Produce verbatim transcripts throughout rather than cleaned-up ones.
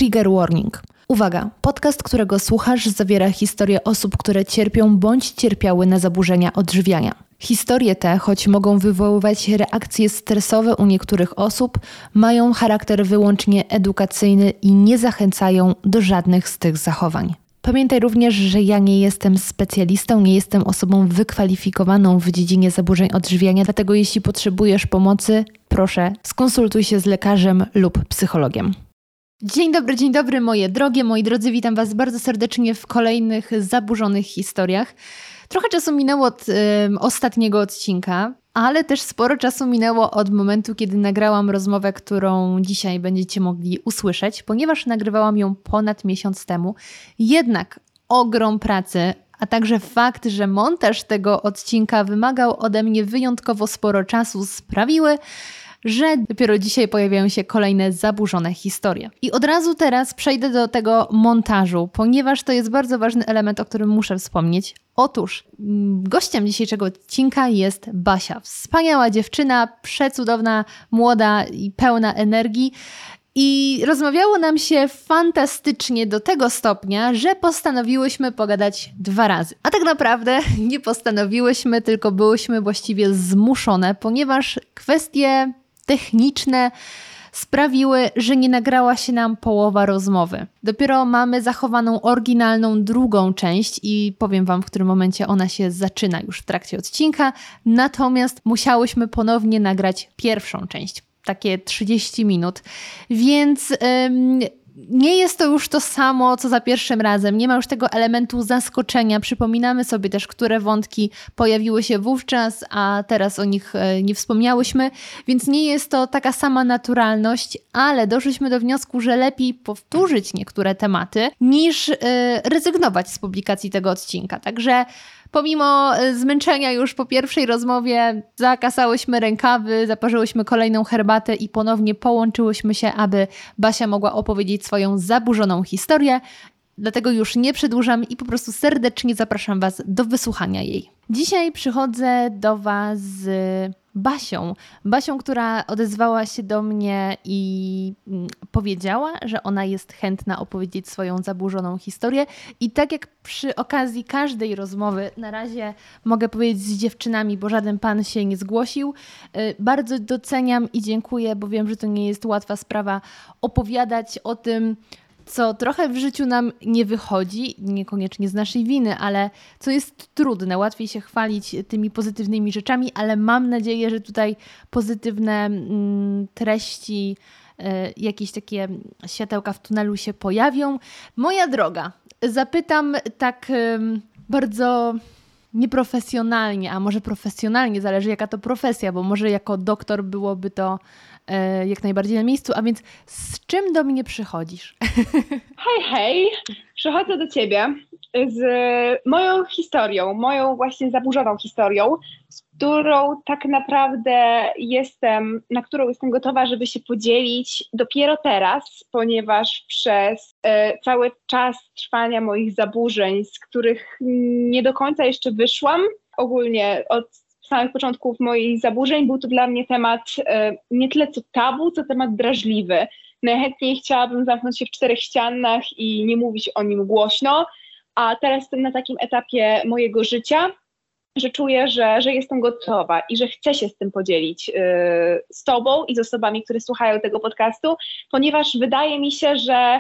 Trigger warning. Uwaga, podcast, którego słuchasz, zawiera historie osób, które cierpią bądź cierpiały na zaburzenia odżywiania. Historie te, choć mogą wywoływać reakcje stresowe u niektórych osób, mają charakter wyłącznie edukacyjny i nie zachęcają do żadnych z tych zachowań. Pamiętaj również, że ja nie jestem specjalistą, nie jestem osobą wykwalifikowaną w dziedzinie zaburzeń odżywiania, dlatego jeśli potrzebujesz pomocy, proszę skonsultuj się z lekarzem lub psychologiem. Dzień dobry, dzień dobry moje drogie, moi drodzy, witam Was bardzo serdecznie w kolejnych zaburzonych historiach. Trochę czasu minęło od y, ostatniego odcinka, ale też sporo czasu minęło od momentu, kiedy nagrałam rozmowę, którą dzisiaj będziecie mogli usłyszeć, ponieważ nagrywałam ją ponad miesiąc temu. Jednak ogrom pracy, a także fakt, że montaż tego odcinka wymagał ode mnie wyjątkowo sporo czasu, sprawiły, że dopiero dzisiaj pojawiają się kolejne zaburzone historie. I od razu teraz przejdę do tego montażu, ponieważ to jest bardzo ważny element, o którym muszę wspomnieć. Otóż gościem dzisiejszego odcinka jest Basia. Wspaniała dziewczyna, przecudowna, młoda i pełna energii. I rozmawiało nam się fantastycznie do tego stopnia, że postanowiłyśmy pogadać dwa razy. A tak naprawdę nie postanowiłyśmy, tylko byłyśmy właściwie zmuszone, ponieważ kwestie techniczne sprawiły, że nie nagrała się nam połowa rozmowy. Dopiero mamy zachowaną oryginalną drugą część i powiem Wam, w którym momencie ona się zaczyna już w trakcie odcinka, natomiast musiałyśmy ponownie nagrać pierwszą część. Takie trzydzieści minut, więc ym, nie jest to już to samo, co za pierwszym razem. Nie ma już tego elementu zaskoczenia. Przypominamy sobie też, które wątki pojawiły się wówczas, a teraz o nich y, nie wspomniałyśmy, więc nie jest to taka sama naturalność, ale doszliśmy do wniosku, że lepiej powtórzyć niektóre tematy, niż y, rezygnować z publikacji tego odcinka. Także pomimo zmęczenia już po pierwszej rozmowie zakasałyśmy rękawy, zaparzyłyśmy kolejną herbatę i ponownie połączyłyśmy się, aby Basia mogła opowiedzieć swoją zaburzoną historię. Dlatego już nie przedłużam i po prostu serdecznie zapraszam Was do wysłuchania jej. Dzisiaj przychodzę do Was z Basią. Basią, która odezwała się do mnie i powiedziała, że ona jest chętna opowiedzieć swoją zaburzoną historię. I tak jak przy okazji każdej rozmowy, na razie mogę powiedzieć z dziewczynami, bo żaden pan się nie zgłosił, bardzo doceniam i dziękuję, bo wiem, że to nie jest łatwa sprawa opowiadać o tym, co trochę w życiu nam nie wychodzi, niekoniecznie z naszej winy, ale co jest trudne. Łatwiej się chwalić tymi pozytywnymi rzeczami, ale mam nadzieję, że tutaj pozytywne mm, treści, y, jakieś takie światełka w tunelu się pojawią. Moja droga, zapytam tak y, bardzo nieprofesjonalnie, a może profesjonalnie, zależy jaka to profesja, bo może jako doktor byłoby to e, jak najbardziej na miejscu, a więc z czym do mnie przychodzisz? Hej, hej, przychodzę do Ciebie z moją historią, moją właśnie zaburzoną historią, z którą tak naprawdę jestem, na którą jestem gotowa, żeby się podzielić dopiero teraz, ponieważ przez e, cały czas trwania moich zaburzeń, z których nie do końca jeszcze wyszłam, ogólnie od samych początków moich zaburzeń, był to dla mnie temat e, nie tyle co tabu, co temat drażliwy. Najchętniej chciałabym zamknąć się w czterech ścianach i nie mówić o nim głośno, a teraz jestem na takim etapie mojego życia, że czuję, że, że jestem gotowa i że chcę się z tym podzielić yy, z Tobą i z osobami, które słuchają tego podcastu, ponieważ wydaje mi się, że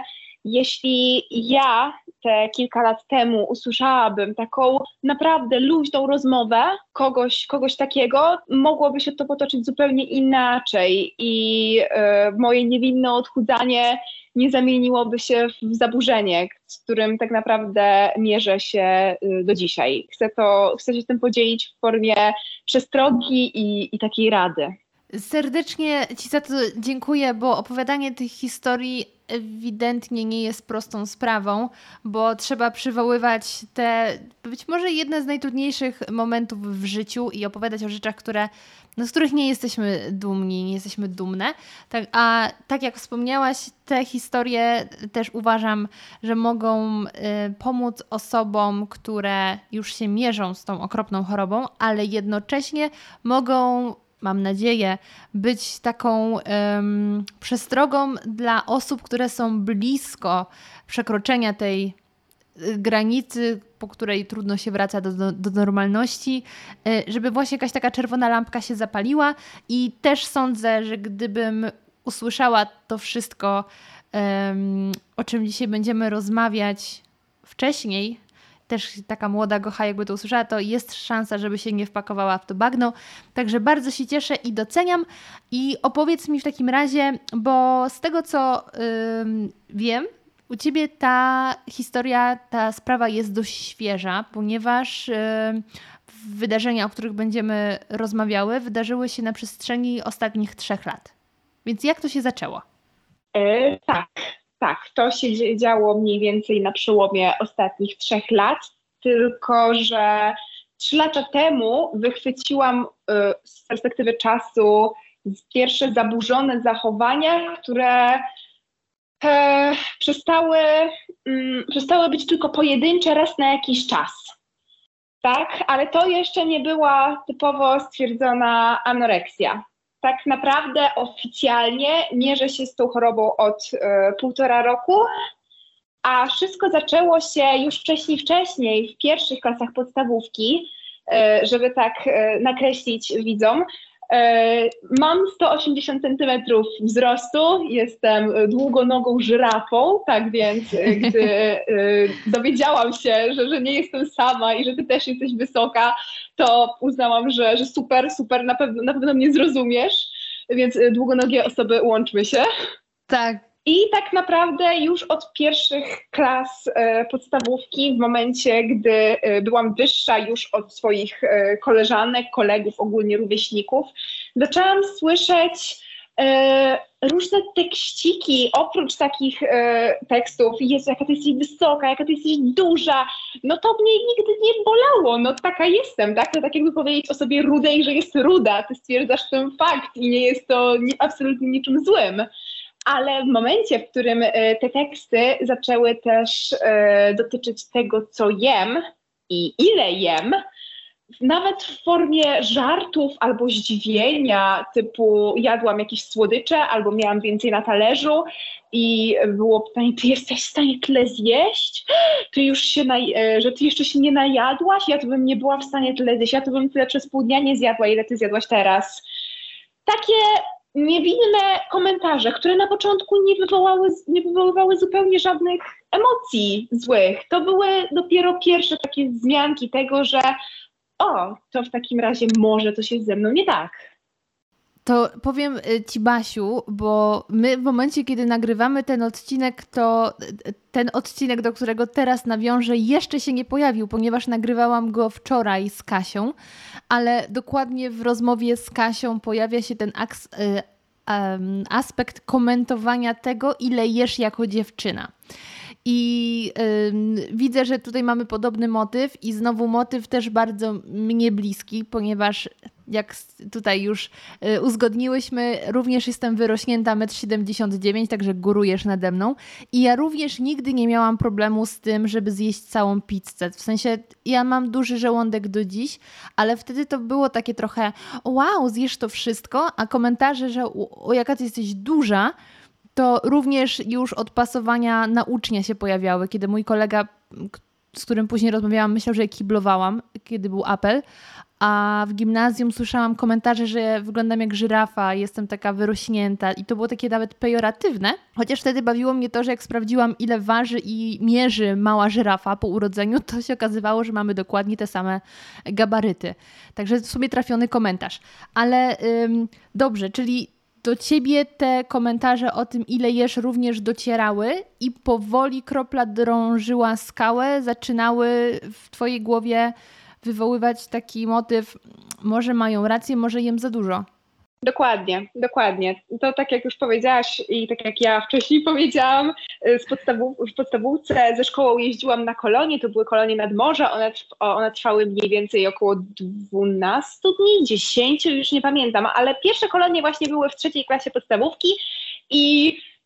jeśli ja te kilka lat temu usłyszałabym taką naprawdę luźną rozmowę kogoś, kogoś takiego, mogłoby się to potoczyć zupełnie inaczej i yy, moje niewinne odchudzanie nie zamieniłoby się w zaburzenie, z którym tak naprawdę mierzę się do dzisiaj. Chcę, to, chcę się tym podzielić w formie przestrogi i, i takiej rady. Serdecznie Ci za to dziękuję, bo opowiadanie tych historii ewidentnie nie jest prostą sprawą, bo trzeba przywoływać te być może jedne z najtrudniejszych momentów w życiu i opowiadać o rzeczach, które, no, z których nie jesteśmy dumni, nie jesteśmy dumne. Tak, a tak jak wspomniałaś, te historie też uważam, że mogą y, pomóc osobom, które już się mierzą z tą okropną chorobą, ale jednocześnie mogą mam nadzieję, być taką um, przestrogą dla osób, które są blisko przekroczenia tej granicy, po której trudno się wraca do, do, do normalności, żeby właśnie jakaś taka czerwona lampka się zapaliła i też sądzę, że gdybym usłyszała to wszystko, um, o czym dzisiaj będziemy rozmawiać wcześniej, też taka młoda Gocha jakby to usłyszała, to jest szansa, żeby się nie wpakowała w to bagno. Także bardzo się cieszę i doceniam. I opowiedz mi w takim razie, bo z tego co ym, wiem, u Ciebie ta historia, ta sprawa jest dość świeża, ponieważ ym, wydarzenia, o których będziemy rozmawiały, wydarzyły się na przestrzeni ostatnich trzech lat. Więc jak to się zaczęło? E, tak. Tak, to się działo mniej więcej na przełomie ostatnich trzech lat, tylko że trzy lata temu wychwyciłam y, z perspektywy czasu pierwsze zaburzone zachowania, które e, przestały, mm, przestały być tylko pojedyncze raz na jakiś czas. Tak, ale to jeszcze nie była typowo stwierdzona anoreksja. Tak naprawdę oficjalnie mierzę się z tą chorobą od e, półtora roku, a wszystko zaczęło się już wcześniej, wcześniej w pierwszych klasach podstawówki, e, żeby tak e, nakreślić widzom. E, mam sto osiemdziesiąt centymetrów wzrostu, jestem długonogą żyrafą, tak więc e, gdy e, dowiedziałam się, że, że nie jestem sama i że ty też jesteś wysoka, to uznałam, że, że super, super, na pewno, na pewno mnie zrozumiesz, więc długonogie osoby, łączmy się. Tak. I tak naprawdę już od pierwszych klas e, podstawówki, w momencie, gdy e, byłam wyższa już od swoich e, koleżanek, kolegów, ogólnie rówieśników, zaczęłam słyszeć e, różne tekściki, oprócz takich e, tekstów, Jezu, jaka ty jesteś wysoka, jaka ty jesteś duża, no to mnie nigdy nie bolało, no taka jestem, tak? To tak jakby powiedzieć o sobie rudej, że jest ruda, ty stwierdzasz ten fakt i nie jest to nie, absolutnie niczym złym. Ale w momencie, w którym e, te teksty zaczęły też e, dotyczyć tego, co jem i ile jem, nawet w formie żartów albo zdziwienia, typu jadłam jakieś słodycze albo miałam więcej na talerzu i było pytanie, ty jesteś w stanie tyle zjeść? Ty już się, naj- że ty jeszcze się nie najadłaś? Ja to bym nie była w stanie tyle zjeść, ja to bym tyle przez pół dnia nie zjadła, ile ty zjadłaś teraz. Takie niewinne komentarze, które na początku nie wywołały, nie wywoływały zupełnie żadnych emocji złych. To były dopiero pierwsze takie wzmianki tego, że o, to w takim razie może coś jest ze mną nie tak. To powiem Ci, Basiu, bo my w momencie, kiedy nagrywamy ten odcinek, to ten odcinek, do którego teraz nawiążę, jeszcze się nie pojawił, ponieważ nagrywałam go wczoraj z Kasią, ale dokładnie w rozmowie z Kasią pojawia się ten aks- aspekt komentowania tego, ile jesz jako dziewczyna. I y, widzę, że tutaj mamy podobny motyw i znowu motyw też bardzo mnie bliski, ponieważ jak tutaj już y, uzgodniłyśmy, również jestem wyrośnięta metr siedemdziesiąt dziewięć, także górujesz nade mną i ja również nigdy nie miałam problemu z tym, żeby zjeść całą pizzę. W sensie ja mam duży żołądek do dziś, ale wtedy to było takie trochę wow, zjesz to wszystko, a komentarze, że o, jaka ty jesteś duża, to również już od pasowania na ucznia się pojawiały, kiedy mój kolega, z którym później rozmawiałam, myślał, że ja kiblowałam, kiedy był apel, a w gimnazjum słyszałam komentarze, że wyglądam jak żyrafa, jestem taka wyrośnięta i to było takie nawet pejoratywne, chociaż wtedy bawiło mnie to, że jak sprawdziłam, ile waży i mierzy mała żyrafa po urodzeniu, to się okazywało, że mamy dokładnie te same gabaryty. Także w sumie trafiony komentarz. Ale ym, dobrze, czyli do Ciebie te komentarze o tym, ile jesz, również docierały i powoli kropla drążyła skałę, zaczynały w Twojej głowie wywoływać taki motyw, może mają rację, może jem za dużo. Dokładnie, dokładnie. To tak jak już powiedziałaś i tak jak ja wcześniej powiedziałam, z podstawów, w podstawówce ze szkołą jeździłam na kolonie, to były kolonie nad morze, one, one trwały mniej więcej około dwanaście dni, dziesięć, już nie pamiętam, ale pierwsze kolonie właśnie były w trzeciej klasie podstawówki i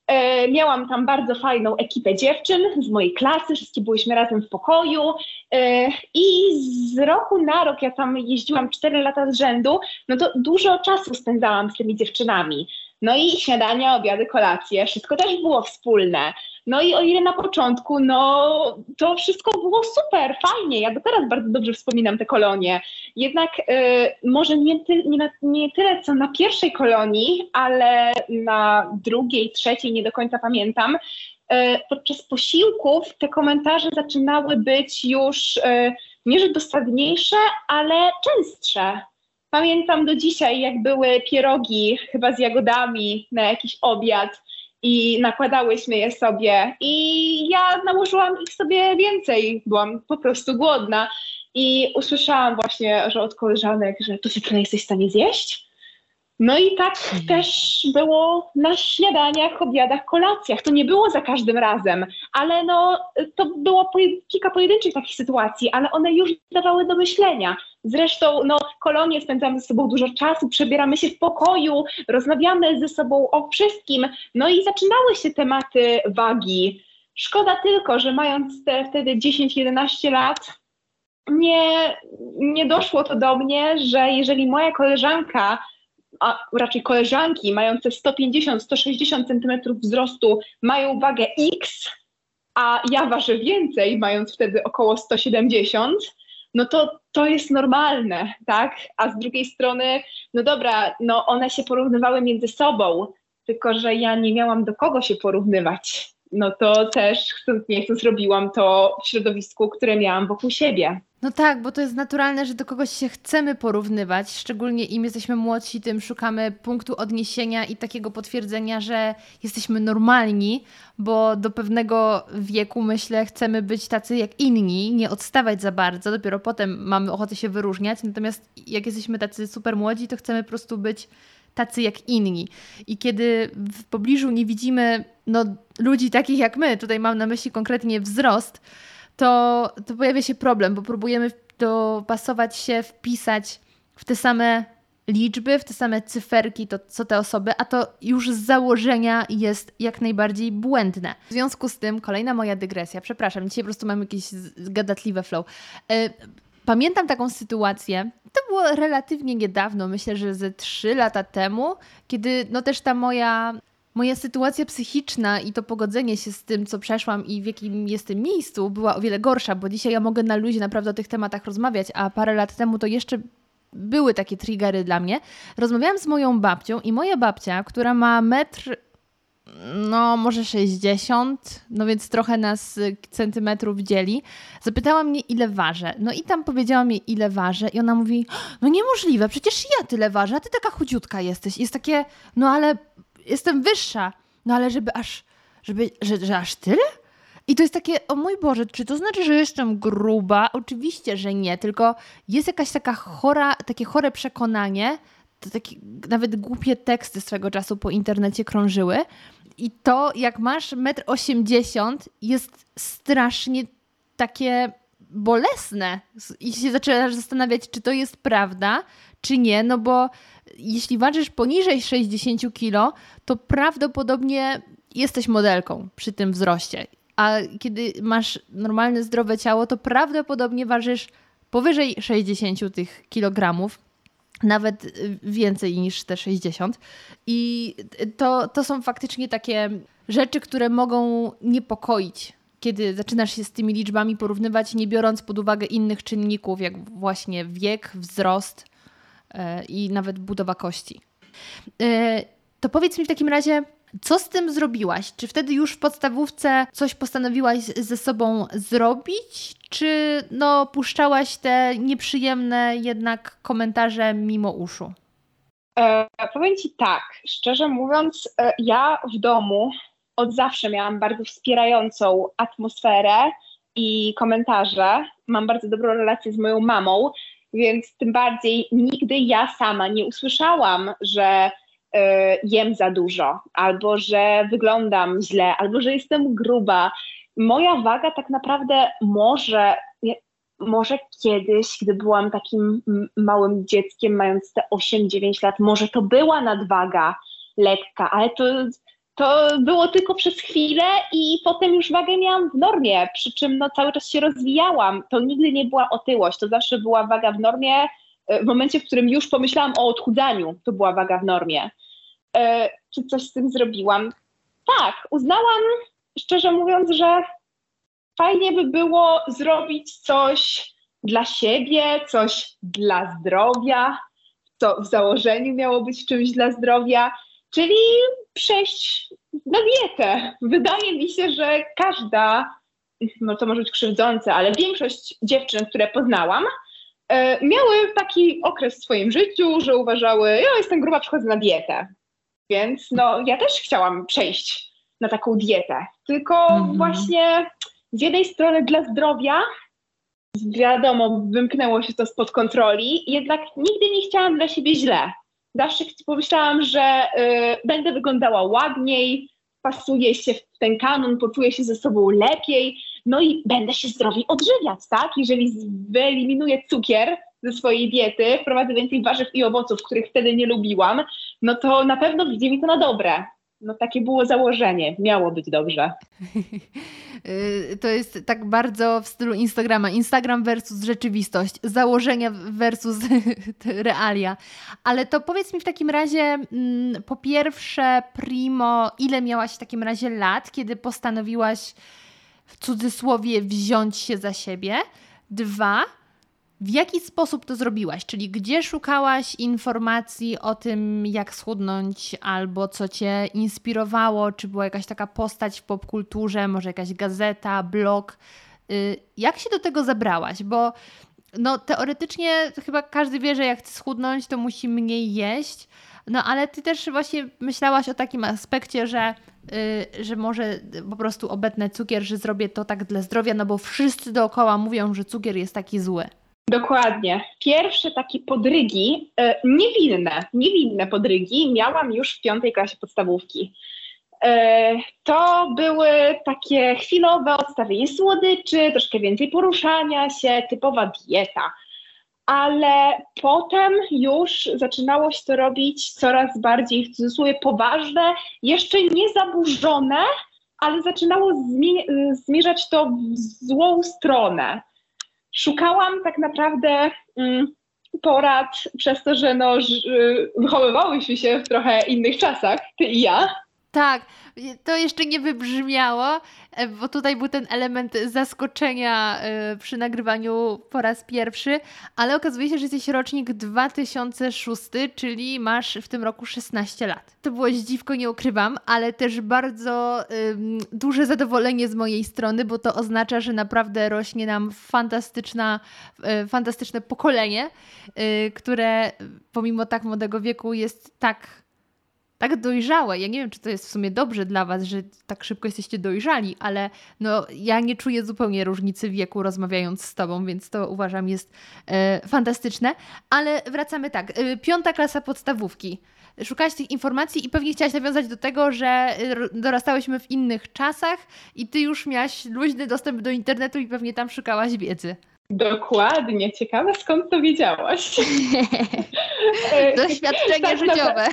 E, miałam tam bardzo fajną ekipę dziewczyn z mojej klasy, wszystkie byłyśmy razem w pokoju e, i z roku na rok, ja tam jeździłam cztery lata z rzędu, no to dużo czasu spędzałam z tymi dziewczynami. No i śniadania, obiady, kolacje, wszystko też było wspólne. No i o ile na początku, no to wszystko było super, fajnie. Ja do teraz bardzo dobrze wspominam te kolonie. Jednak y, może nie, ty, nie, nie tyle co na pierwszej kolonii, ale na drugiej, trzeciej, nie do końca pamiętam. Y, podczas posiłków te komentarze zaczynały być już y, nie że dosadniejsze, ale częstsze. Pamiętam do dzisiaj, jak były pierogi chyba z jagodami na jakiś obiad i nakładałyśmy je sobie i ja nałożyłam ich sobie więcej, byłam po prostu głodna i usłyszałam właśnie, że od koleżanek, że to ty tyle jesteś w stanie zjeść? No i tak hmm. też było na śniadaniach, obiadach, kolacjach. To nie było za każdym razem, ale no to było po, kilka pojedynczych takich sytuacji, ale one już dawały do myślenia. Zresztą no, kolonie spędzamy ze sobą dużo czasu, przebieramy się w pokoju, rozmawiamy ze sobą o wszystkim. No i zaczynały się tematy wagi. Szkoda tylko, że mając te wtedy dziesięć jedenaście lat, nie, nie doszło to do mnie, że jeżeli moja koleżanka, a raczej koleżanki mające sto pięćdziesiąt do stu sześćdziesięciu centymetrów wzrostu mają wagę X, a ja ważę więcej, mając wtedy około sto siedemdziesiąt, no to to jest normalne, tak? A z drugiej strony, no dobra, no one się porównywały między sobą, tylko że ja nie miałam do kogo się porównywać. No to też, chcąc nie chcąc, zrobiłam to w środowisku, które miałam wokół siebie. No tak, bo to jest naturalne, że do kogoś się chcemy porównywać, szczególnie im jesteśmy młodsi, tym szukamy punktu odniesienia i takiego potwierdzenia, że jesteśmy normalni, bo do pewnego wieku, myślę, chcemy być tacy jak inni, nie odstawać za bardzo, dopiero potem mamy ochotę się wyróżniać, natomiast jak jesteśmy tacy super młodzi, to chcemy po prostu być tacy jak inni. I kiedy w pobliżu nie widzimy no, ludzi takich jak my, tutaj mam na myśli konkretnie wzrost, to, to pojawia się problem, bo próbujemy dopasować się, wpisać w te same liczby, w te same cyferki, to co te osoby, a to już z założenia jest jak najbardziej błędne. W związku z tym kolejna moja dygresja, przepraszam, dzisiaj po prostu mam jakieś gadatliwe flow. Pamiętam taką sytuację, to było relatywnie niedawno, myślę, że ze trzy lata temu, kiedy no też ta moja... Moja sytuacja psychiczna i to pogodzenie się z tym, co przeszłam i w jakim jestem miejscu, była o wiele gorsza, bo dzisiaj ja mogę na luzie naprawdę o tych tematach rozmawiać, a parę lat temu to jeszcze były takie triggery dla mnie. Rozmawiałam z moją babcią i moja babcia, która ma metr, no może sześćdziesiąt, no więc trochę nas centymetrów dzieli, zapytała mnie, ile ważę. No i tam powiedziałam jej, ile ważę i ona mówi, no niemożliwe, przecież ja tyle ważę, a ty taka chudziutka jesteś. Jest takie, no ale... Jestem wyższa, no ale żeby aż, żeby, że, że aż tyle? I to jest takie, o mój Boże, czy to znaczy, że jestem gruba? Oczywiście, że nie, tylko jest jakaś taka chora, takie chore przekonanie, to takie nawet głupie teksty swego czasu po internecie krążyły i to, jak masz metr osiemdziesiąt jest strasznie takie bolesne i się zaczynasz zastanawiać, czy to jest prawda, czy nie, no bo jeśli ważysz poniżej sześćdziesiąt kilo, to prawdopodobnie jesteś modelką przy tym wzroście. A kiedy masz normalne, zdrowe ciało, to prawdopodobnie ważysz powyżej sześćdziesiąt tych kilogramów, nawet więcej niż te sześćdziesiąt. I to, to są faktycznie takie rzeczy, które mogą niepokoić, kiedy zaczynasz się z tymi liczbami porównywać, nie biorąc pod uwagę innych czynników, jak właśnie wiek, wzrost i nawet budowa kości. To powiedz mi w takim razie, co z tym zrobiłaś? Czy wtedy już w podstawówce coś postanowiłaś ze sobą zrobić? Czy no, puszczałaś te nieprzyjemne jednak komentarze mimo uszu? E, powiem Ci tak, szczerze mówiąc, e, ja w domu od zawsze miałam bardzo wspierającą atmosferę i komentarze. Mam bardzo dobrą relację z moją mamą, więc tym bardziej nigdy ja sama nie usłyszałam, że y, jem za dużo, albo że wyglądam źle, albo że jestem gruba. Moja waga tak naprawdę może, może kiedyś, gdy byłam takim małym dzieckiem, mając te osiem dziewięć lat, może to była nadwaga lekka, ale to to było tylko przez chwilę i potem już wagę miałam w normie, przy czym no, cały czas się rozwijałam. To nigdy nie była otyłość, to zawsze była waga w normie. W momencie, w którym już pomyślałam o odchudzaniu, to była waga w normie. E, czy coś z tym zrobiłam? Tak, uznałam, szczerze mówiąc, że fajnie by było zrobić coś dla siebie, coś dla zdrowia, co w założeniu miało być czymś dla zdrowia, czyli przejść na dietę. Wydaje mi się, że każda, no to może być krzywdzące, ale większość dziewczyn, które poznałam, e, miały taki okres w swoim życiu, że uważały, ja jestem gruba, przychodzę na dietę. Więc no, ja też chciałam przejść na taką dietę, tylko mhm. właśnie z jednej strony dla zdrowia, wiadomo, wymknęło się to spod kontroli, jednak nigdy nie chciałam dla siebie źle. Zawsze pomyślałam, że y, będę wyglądała ładniej, pasuję się w ten kanon, poczuję się ze sobą lepiej, no i będę się zdrowiej odżywiać, tak? Jeżeli wyeliminuję cukier ze swojej diety, wprowadzę więcej warzyw i owoców, których wtedy nie lubiłam, no to na pewno wyjdzie mi to na dobre. No takie było założenie, miało być dobrze. To jest tak bardzo w stylu Instagrama. Instagram versus rzeczywistość, założenia versus realia. Ale to powiedz mi w takim razie, po pierwsze, primo, ile miałaś w takim razie lat, kiedy postanowiłaś w cudzysłowie wziąć się za siebie? Dwa, w jaki sposób to zrobiłaś? Czyli gdzie szukałaś informacji o tym, jak schudnąć, albo co cię inspirowało? Czy była jakaś taka postać w popkulturze, może jakaś gazeta, blog? Jak się do tego zabrałaś? Bo no, teoretycznie chyba każdy wie, że jak chce schudnąć, to musi mniej jeść. No ale ty też właśnie myślałaś o takim aspekcie, że, yy, że może po prostu obetnę cukier, że zrobię to tak dla zdrowia, no bo wszyscy dookoła mówią, że cukier jest taki zły. Dokładnie. Pierwsze takie podrygi, e, niewinne, niewinne podrygi miałam już w piątej klasie podstawówki. E, to były takie chwilowe odstawienie słodyczy, troszkę więcej poruszania się, typowa dieta. Ale potem już zaczynało się to robić coraz bardziej w cudzysłowie poważne, jeszcze nie zaburzone, ale zaczynało zmie- zmierzać to w złą stronę. Szukałam tak naprawdę mm, porad przez to, że no, ż, wychowywałyśmy się w trochę innych czasach, ty i ja. Tak, to jeszcze nie wybrzmiało, bo tutaj był ten element zaskoczenia przy nagrywaniu po raz pierwszy, ale okazuje się, że jesteś rocznik dwa tysiące szósty, czyli masz w tym roku szesnaście lat. To było zdziwko, nie ukrywam, ale też bardzo um, duże zadowolenie z mojej strony, bo to oznacza, że naprawdę rośnie nam fantastyczna, um, fantastyczne pokolenie, um, które pomimo tak młodego wieku jest tak tak dojrzałe. Ja nie wiem, czy to jest w sumie dobrze dla was, że tak szybko jesteście dojrzali, ale no, ja nie czuję zupełnie różnicy wieku rozmawiając z tobą, więc to uważam jest e, fantastyczne. Ale wracamy tak. E, piąta klasa podstawówki. Szukałaś tych informacji i pewnie chciałaś nawiązać do tego, że dorastałyśmy w innych czasach i ty już miałaś luźny dostęp do internetu i pewnie tam szukałaś wiedzy. Dokładnie. Ciekawe, skąd to wiedziałaś. Doświadczenie tak, życiowe.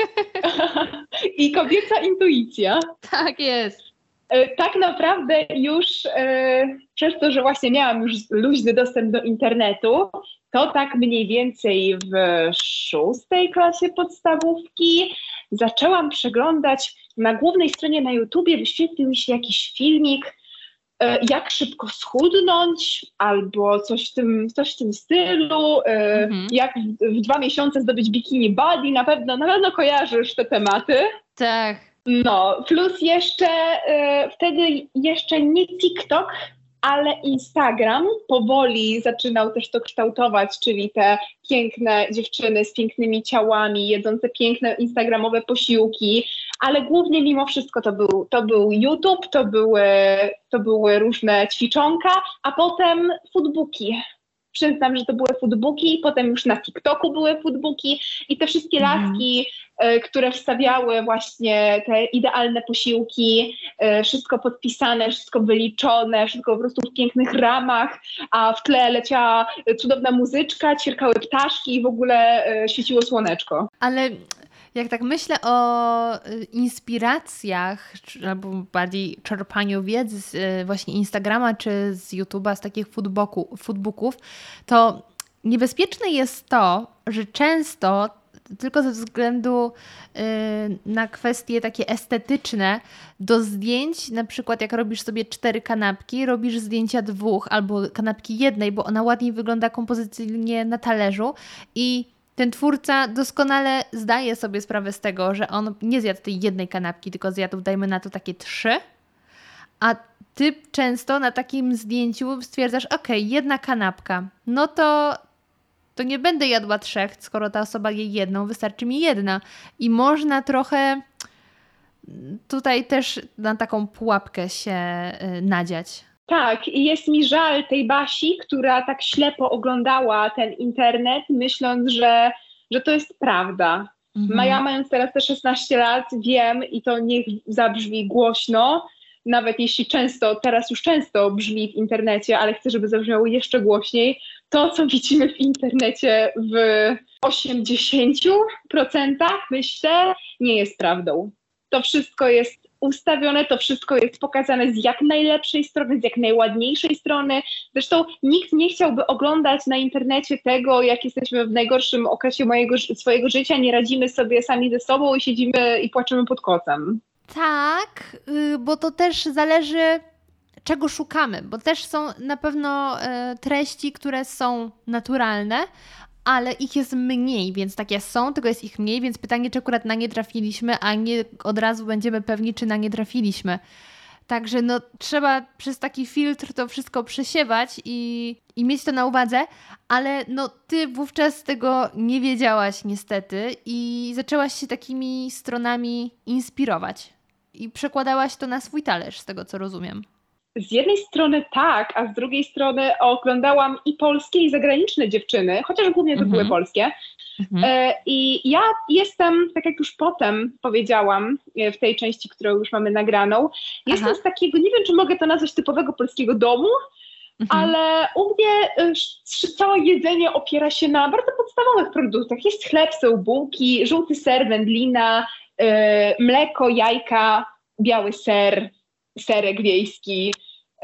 I kobieca intuicja. Tak jest. Tak naprawdę już e, przez to, że właśnie miałam już luźny dostęp do internetu, to tak mniej więcej w szóstej klasie podstawówki zaczęłam przeglądać na głównej stronie na YouTubie, wyświetlił mi się jakiś filmik, jak szybko schudnąć, albo coś w tym, coś w tym stylu, mhm. jak w, w dwa miesiące zdobyć bikini body, na pewno, na pewno kojarzysz te tematy. Tak. No, plus jeszcze y, wtedy jeszcze nie TikTok, ale Instagram powoli zaczynał też to kształtować, czyli te piękne dziewczyny z pięknymi ciałami, jedzące piękne instagramowe posiłki, ale głównie mimo wszystko to był, to był YouTube, to były, to były różne ćwiczonka, a potem foodbooki. Przyznam, że to były foodbooki, potem już na TikToku były foodbooki i te wszystkie mm. laski, y, które wstawiały właśnie te idealne posiłki, y, wszystko podpisane, wszystko wyliczone, wszystko po prostu w pięknych ramach, a w tle leciała cudowna muzyczka, ćwierkały ptaszki i w ogóle y, świeciło słoneczko. Ale Jak tak myślę o inspiracjach, albo bardziej czerpaniu wiedzy z właśnie Instagrama czy z YouTube'a, z takich foodbooku, foodbooków, to niebezpieczne jest to, że często tylko ze względu na kwestie takie estetyczne do zdjęć, na przykład jak robisz sobie cztery kanapki, robisz zdjęcia dwóch albo kanapki jednej, bo ona ładniej wygląda kompozycyjnie na talerzu i ten twórca doskonale zdaje sobie sprawę z tego, że on nie zjadł tej jednej kanapki, tylko zjadł, dajmy na to, takie trzy, a ty często na takim zdjęciu stwierdzasz, okej, jedna kanapka, no to to nie będę jadła trzech, skoro ta osoba je jedną, wystarczy mi jedna. I można trochę tutaj też na taką pułapkę się nadziać. Tak, i jest mi żal tej Basi, która tak ślepo oglądała ten internet, myśląc, że, że to jest prawda. Mhm. Ja mając teraz te szesnaście lat, wiem i to niech zabrzmi głośno, nawet jeśli często, teraz już często brzmi w internecie, ale chcę, żeby zabrzmiało jeszcze głośniej, to, co widzimy w internecie w osiemdziesięciu procentach, myślę, nie jest prawdą. To wszystko jest ustawione, to wszystko jest pokazane z jak najlepszej strony, z jak najładniejszej strony. Zresztą nikt nie chciałby oglądać na internecie tego, jak jesteśmy w najgorszym okresie mojego, swojego życia, nie radzimy sobie sami ze sobą i siedzimy i płaczemy pod kocem. Tak, bo to też zależy, czego szukamy, bo też są na pewno treści, które są naturalne, ale ich jest mniej, więc takie są, tylko jest ich mniej, więc pytanie, czy akurat na nie trafiliśmy, a nie od razu będziemy pewni, czy na nie trafiliśmy. Także no trzeba przez taki filtr to wszystko przesiewać i, i mieć to na uwadze, ale no ty wówczas tego nie wiedziałaś niestety i zaczęłaś się takimi stronami inspirować i przekładałaś to na swój talerz, z tego co rozumiem. Z jednej strony tak, a z drugiej strony oglądałam i polskie, i zagraniczne dziewczyny, chociaż głównie to mhm. były polskie. Mhm. E, I ja jestem, tak jak już potem powiedziałam w tej części, którą już mamy nagraną, jestem Aha. z takiego, nie wiem, czy mogę to nazwać typowego polskiego domu, mhm. ale u mnie całe jedzenie opiera się na bardzo podstawowych produktach. Jest chleb, są bułki, żółty ser, wędlina, e, mleko, jajka, biały ser, serek wiejski.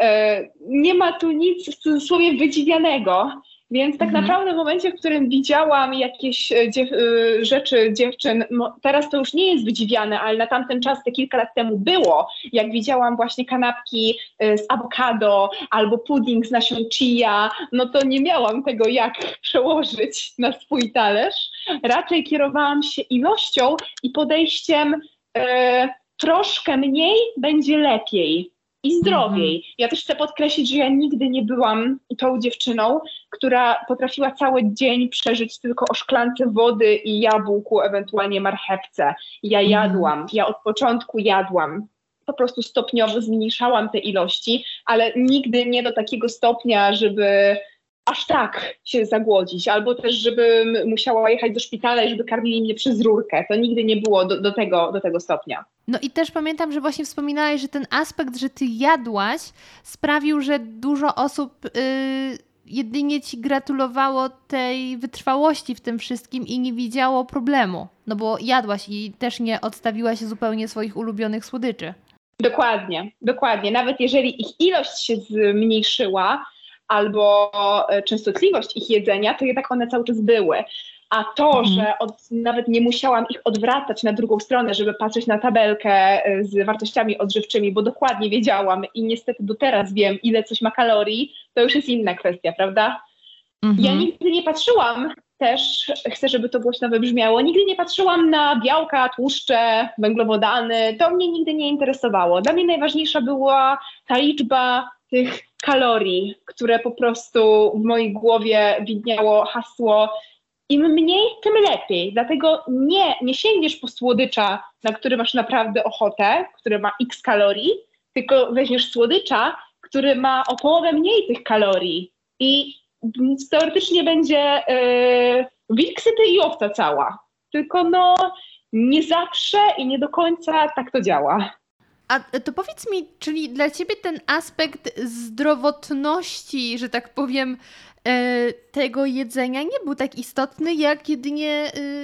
Nie ma tu nic w cudzysłowie wydziwianego, więc tak mhm. naprawdę w momencie, w którym widziałam jakieś dziew- rzeczy dziewczyn, teraz to już nie jest wydziwiane, ale na tamten czas, te kilka lat temu było, jak widziałam właśnie kanapki z awokado albo pudding z nasion chia, no to nie miałam tego jak przełożyć na swój talerz. Raczej kierowałam się ilością i podejściem e, troszkę mniej będzie lepiej i zdrowiej. Mm-hmm. Ja też chcę podkreślić, że ja nigdy nie byłam tą dziewczyną, która potrafiła cały dzień przeżyć tylko o szklance wody i jabłku, ewentualnie marchewce. Ja mm-hmm. jadłam, ja od początku jadłam. Po prostu stopniowo zmniejszałam te ilości, ale nigdy nie do takiego stopnia, żeby aż tak się zagłodzić, albo też żebym musiała jechać do szpitala i żeby karmili mnie przez rurkę. To nigdy nie było do, do, tego, do tego stopnia. No i też pamiętam, że właśnie wspominałaś, że ten aspekt, że ty jadłaś, sprawił, że dużo osób yy, jedynie ci gratulowało tej wytrwałości w tym wszystkim i nie widziało problemu. No bo jadłaś i też nie odstawiłaś zupełnie swoich ulubionych słodyczy. Dokładnie, dokładnie. Nawet jeżeli ich ilość się zmniejszyła, albo częstotliwość ich jedzenia, to jednak one cały czas były. A to, mhm. że od, nawet nie musiałam ich odwracać na drugą stronę, żeby patrzeć na tabelkę z wartościami odżywczymi, bo dokładnie wiedziałam i niestety do teraz wiem, ile coś ma kalorii, to już jest inna kwestia, prawda? Mhm. Ja nigdy nie patrzyłam też, chcę, żeby to głośno wybrzmiało, nigdy nie patrzyłam na białka, tłuszcze, węglowodany, to mnie nigdy nie interesowało. Dla mnie najważniejsza była ta liczba tych kalorii, które po prostu w mojej głowie widniało hasło im mniej, tym lepiej. Dlatego nie, nie sięgniesz po słodycza, na który masz naprawdę ochotę, który ma x kalorii, tylko weźmiesz słodycza, który ma o połowę mniej tych kalorii i teoretycznie będzie yy, wilk syty i owca cała. Tylko no nie zawsze i nie do końca tak to działa. A to powiedz mi, czyli dla ciebie ten aspekt zdrowotności, że tak powiem, tego jedzenia nie był tak istotny, jak jedynie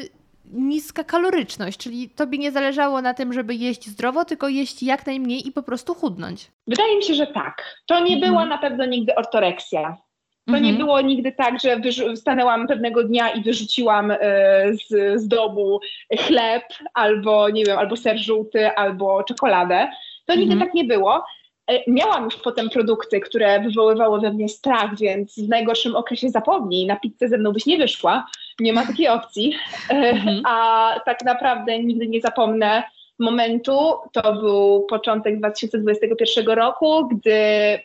niska kaloryczność, czyli tobie nie zależało na tym, żeby jeść zdrowo, tylko jeść jak najmniej i po prostu chudnąć. Wydaje mi się, że tak. To nie mhm. była na pewno nigdy ortoreksja. To mhm. nie było nigdy tak, że wyrzu- stanęłam pewnego dnia i wyrzuciłam y, z, z domu chleb albo, nie wiem, albo ser żółty, albo czekoladę. To nigdy mhm. tak nie było. Miałam już potem produkty, które wywoływały we mnie strach, więc w najgorszym okresie zapomnij, na pizzę ze mną byś nie wyszła, nie ma takiej opcji. Mhm. A tak naprawdę nigdy nie zapomnę momentu, to był początek dwa tysiące dwudziestego pierwszego roku, gdy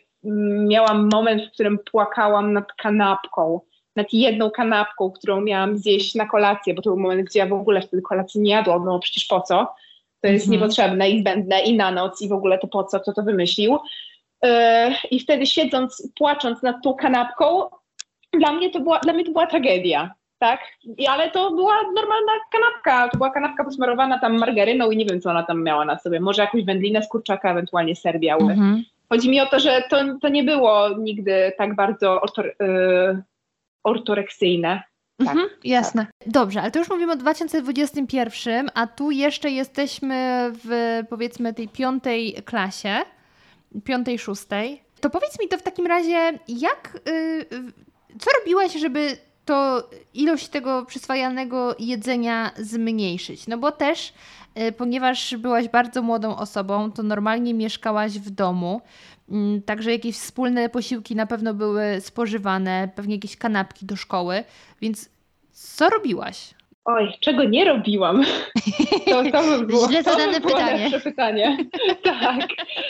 miałam moment, w którym płakałam nad kanapką, nad jedną kanapką, którą miałam zjeść na kolację, bo to był moment, gdzie ja w ogóle wtedy kolacji nie jadłam, no przecież po co? To jest mhm. niepotrzebne i zbędne i na noc i w ogóle to po co, kto to wymyślił. Yy, I wtedy siedząc, płacząc nad tą kanapką, dla mnie to była, dla mnie to była tragedia, tak? I, ale to była normalna kanapka, to była kanapka posmarowana tam margaryną i nie wiem, co ona tam miała na sobie. Może jakąś wędlinę z kurczaka, ewentualnie ser biały. Mhm. Chodzi mi o to, że to, to nie było nigdy tak bardzo ortor, yy, ortoreksyjne. Tak, mhm, jasne. Tak. Dobrze, ale to już mówimy o dwa tysiące dwudziestym pierwszym, a tu jeszcze jesteśmy w, powiedzmy, tej piątej klasie, piątej, szóstej. To powiedz mi to w takim razie, jak, yy, co robiłaś, żeby to ilość tego przyswajalnego jedzenia zmniejszyć? No bo też, yy, ponieważ byłaś bardzo młodą osobą, to normalnie mieszkałaś w domu, yy, także jakieś wspólne posiłki na pewno były spożywane, pewnie jakieś kanapki do szkoły, więc co robiłaś? Oj, czego nie robiłam? To, to by było, Źle to zadane by było pytanie. lepsze pytanie. Tak.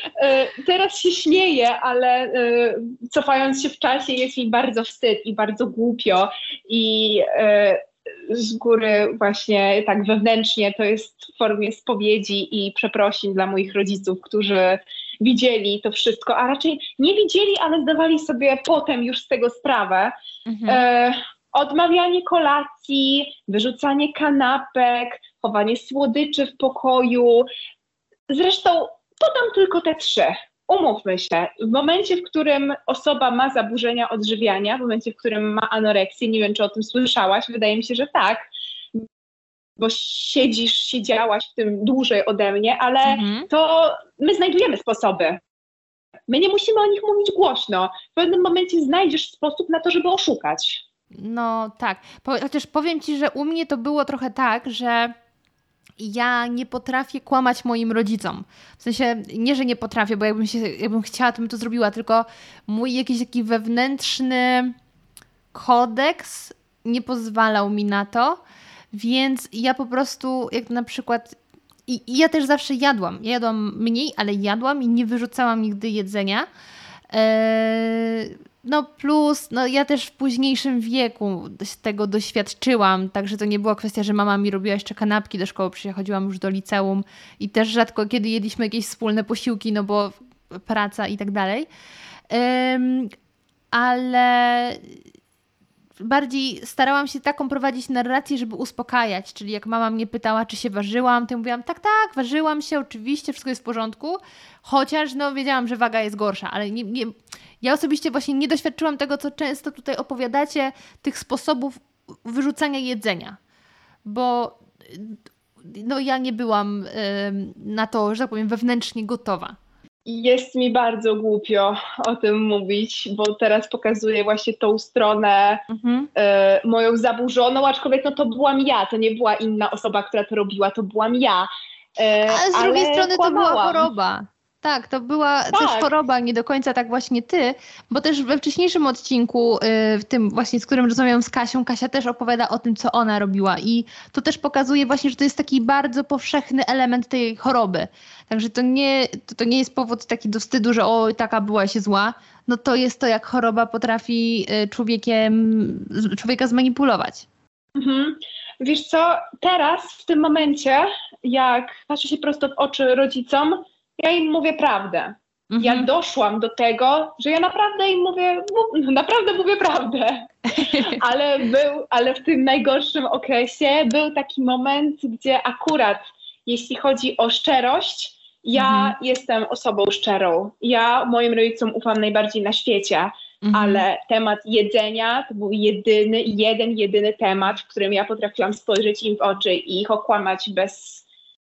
Teraz się śmieję, ale cofając się w czasie jest mi bardzo wstyd i bardzo głupio i z góry właśnie tak wewnętrznie to jest w formie spowiedzi i przeprosin dla moich rodziców, którzy widzieli to wszystko, a raczej nie widzieli, ale zdawali sobie potem już z tego sprawę. Mhm. Odmawianie kolacji, wyrzucanie kanapek, chowanie słodyczy w pokoju. Zresztą podam tylko te trzy. Umówmy się, w momencie, w którym osoba ma zaburzenia odżywiania, w momencie, w którym ma anoreksję, nie wiem, czy o tym słyszałaś, wydaje mi się, że tak, bo siedzisz, siedziałaś w tym dłużej ode mnie, ale mhm. to my znajdujemy sposoby. My nie musimy o nich mówić głośno. W pewnym momencie znajdziesz sposób na to, żeby oszukać. No tak, chociaż powiem Ci, że u mnie to było trochę tak, że ja nie potrafię kłamać moim rodzicom. W sensie, nie, że nie potrafię, bo jakbym, się, jakbym chciała, to bym to zrobiła, tylko mój jakiś taki wewnętrzny kodeks nie pozwalał mi na to, więc ja po prostu, jak na przykład, i, i ja też zawsze jadłam, ja jadłam mniej, ale jadłam i nie wyrzucałam nigdy jedzenia. Eee, No plus, no ja też w późniejszym wieku tego doświadczyłam, także to nie była kwestia, że mama mi robiła jeszcze kanapki do szkoły, przecież ja chodziłam już do liceum i też rzadko kiedy jedliśmy jakieś wspólne posiłki, no bo praca i tak dalej. Um, ale bardziej starałam się taką prowadzić narrację, żeby uspokajać, czyli jak mama mnie pytała, czy się ważyłam, to ja mówiłam, tak, tak, ważyłam się, oczywiście, wszystko jest w porządku, chociaż no wiedziałam, że waga jest gorsza, ale nie, nie, ja osobiście właśnie nie doświadczyłam tego, co często tutaj opowiadacie, tych sposobów wyrzucania jedzenia, bo no ja nie byłam y, na to, że tak powiem, wewnętrznie gotowa. Jest mi bardzo głupio o tym mówić, bo teraz pokazuję właśnie tą stronę mhm. y, moją zaburzoną, aczkolwiek no to byłam ja, to nie była inna osoba, która to robiła, to byłam ja. Y, ale z ale drugiej strony kłamałam. To była choroba. Tak, to była tak. też choroba, nie do końca tak właśnie ty, bo też we wcześniejszym odcinku, yy, w tym właśnie, z którym rozmawiałam z Kasią, Kasia też opowiada o tym, co ona robiła i to też pokazuje właśnie, że to jest taki bardzo powszechny element tej choroby. Także to nie, to, to nie jest powód taki do wstydu, że o, taka byłaś zła. No to jest to, jak choroba potrafi yy, człowiekiem, człowieka zmanipulować. Mhm. Wiesz co, teraz w tym momencie, jak patrzę się prosto w oczy rodzicom, ja im mówię prawdę. Mhm. Ja doszłam do tego, że ja naprawdę im mówię, naprawdę mówię prawdę. Ale był, ale w tym najgorszym okresie był taki moment, gdzie akurat jeśli chodzi o szczerość, ja mhm. jestem osobą szczerą. Ja moim rodzicom ufam najbardziej na świecie. Mhm. Ale temat jedzenia to był jedyny, jeden, jedyny temat, w którym ja potrafiłam spojrzeć im w oczy i ich okłamać bez,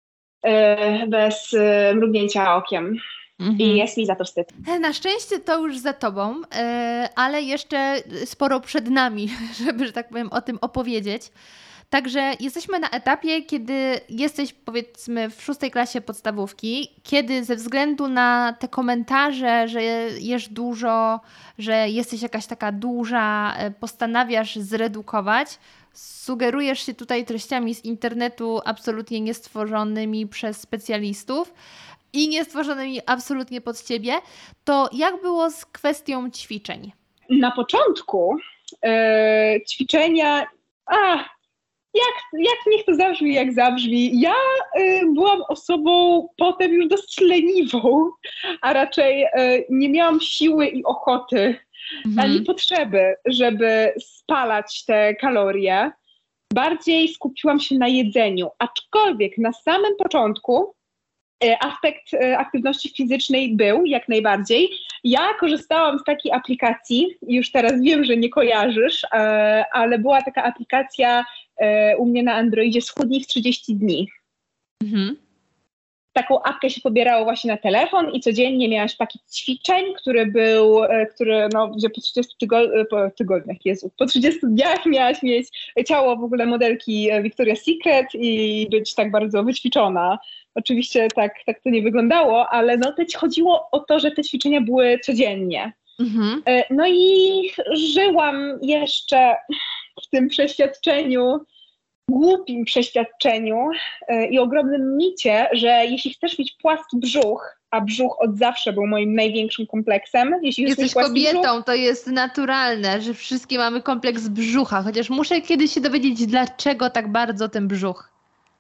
yy, bez yy, mrugnięcia okiem. Mhm. I jest mi za to wstyd. Na szczęście to już za tobą, yy, ale jeszcze sporo przed nami, żeby, że tak powiem, o tym opowiedzieć. Także jesteśmy na etapie, kiedy jesteś, powiedzmy, w szóstej klasie podstawówki, kiedy ze względu na te komentarze, że jesz dużo, że jesteś jakaś taka duża, postanawiasz zredukować, sugerujesz się tutaj treściami z internetu absolutnie niestworzonymi przez specjalistów i niestworzonymi absolutnie pod ciebie. To jak było z kwestią ćwiczeń? Na początku yy, ćwiczenia... A, Jak, jak niech to zabrzmi, jak zabrzmi. Ja y, byłam osobą potem już dosyć leniwą, a raczej y, nie miałam siły i ochoty, mhm. ani potrzeby, żeby spalać te kalorie. Bardziej skupiłam się na jedzeniu, aczkolwiek na samym początku y, aspekt y, aktywności fizycznej był jak najbardziej. Ja korzystałam z takiej aplikacji, już teraz wiem, że nie kojarzysz, y, ale była taka aplikacja u mnie na Androidzie Schudnij w trzydzieści dni. Mhm. Taką apkę się pobierało właśnie na telefon i codziennie miałaś pakiet ćwiczeń, który był, który no, gdzie po trzydziestu tygo- po tygodniach, Jezu, po trzydziestu dniach miałaś mieć ciało w ogóle modelki Victoria's Secret i być tak bardzo wyćwiczona. Oczywiście tak, tak to nie wyglądało, ale no też chodziło o to, że te ćwiczenia były codziennie. Mhm. No i żyłam jeszcze w tym przeświadczeniu, głupim przeświadczeniu yy, i ogromnym micie, że jeśli chcesz mieć płaski brzuch, a brzuch od zawsze był moim największym kompleksem. Jeśli jesteś kobietą, brzuch, to jest naturalne, że wszystkie mamy kompleks brzucha, chociaż muszę kiedyś się dowiedzieć, dlaczego tak bardzo ten brzuch.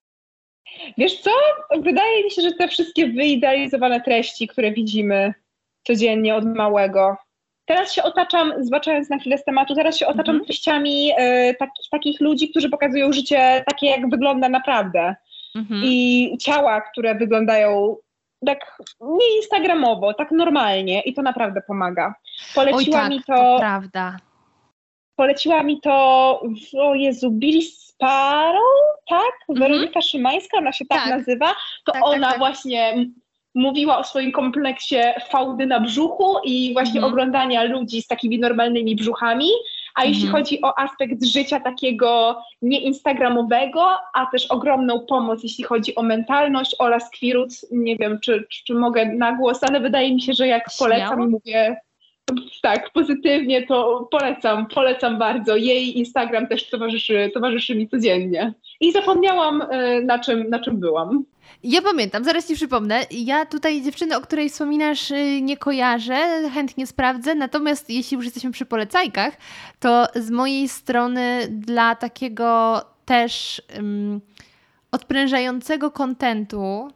Wiesz co? Wydaje mi się, że te wszystkie wyidealizowane treści, które widzimy codziennie od małego, teraz się otaczam, zbaczając na chwilę z tematu, teraz się otaczam mm-hmm. treściami y, takich, takich ludzi, którzy pokazują życie takie, jak wygląda naprawdę. Mm-hmm. I ciała, które wyglądają tak nie instagramowo, tak normalnie i to naprawdę pomaga. Poleciła Oj, tak, mi to, to prawda. Poleciła mi to, o Jezu, Billie Sparrow, tak? Mm-hmm. Weronika Szymańska, ona się tak, tak. nazywa. To tak, ona tak, tak. właśnie... mówiła o swoim kompleksie fałdy na brzuchu i właśnie mhm. oglądania ludzi z takimi normalnymi brzuchami, a mhm. jeśli chodzi o aspekt życia takiego nieinstagramowego, a też ogromną pomoc, jeśli chodzi o mentalność, Ola Skwirut, nie wiem, czy, czy, czy mogę na głos, ale wydaje mi się, że jak Śmiało? polecam i mówię tak pozytywnie, to polecam, polecam bardzo. Jej Instagram też towarzyszy, towarzyszy mi codziennie. I zapomniałam, na czym, na czym byłam. Ja pamiętam, zaraz ci przypomnę. Ja tutaj dziewczyny, o której wspominasz, nie kojarzę, chętnie sprawdzę. Natomiast jeśli już jesteśmy przy polecajkach, to z mojej strony dla takiego też um, odprężającego kontentu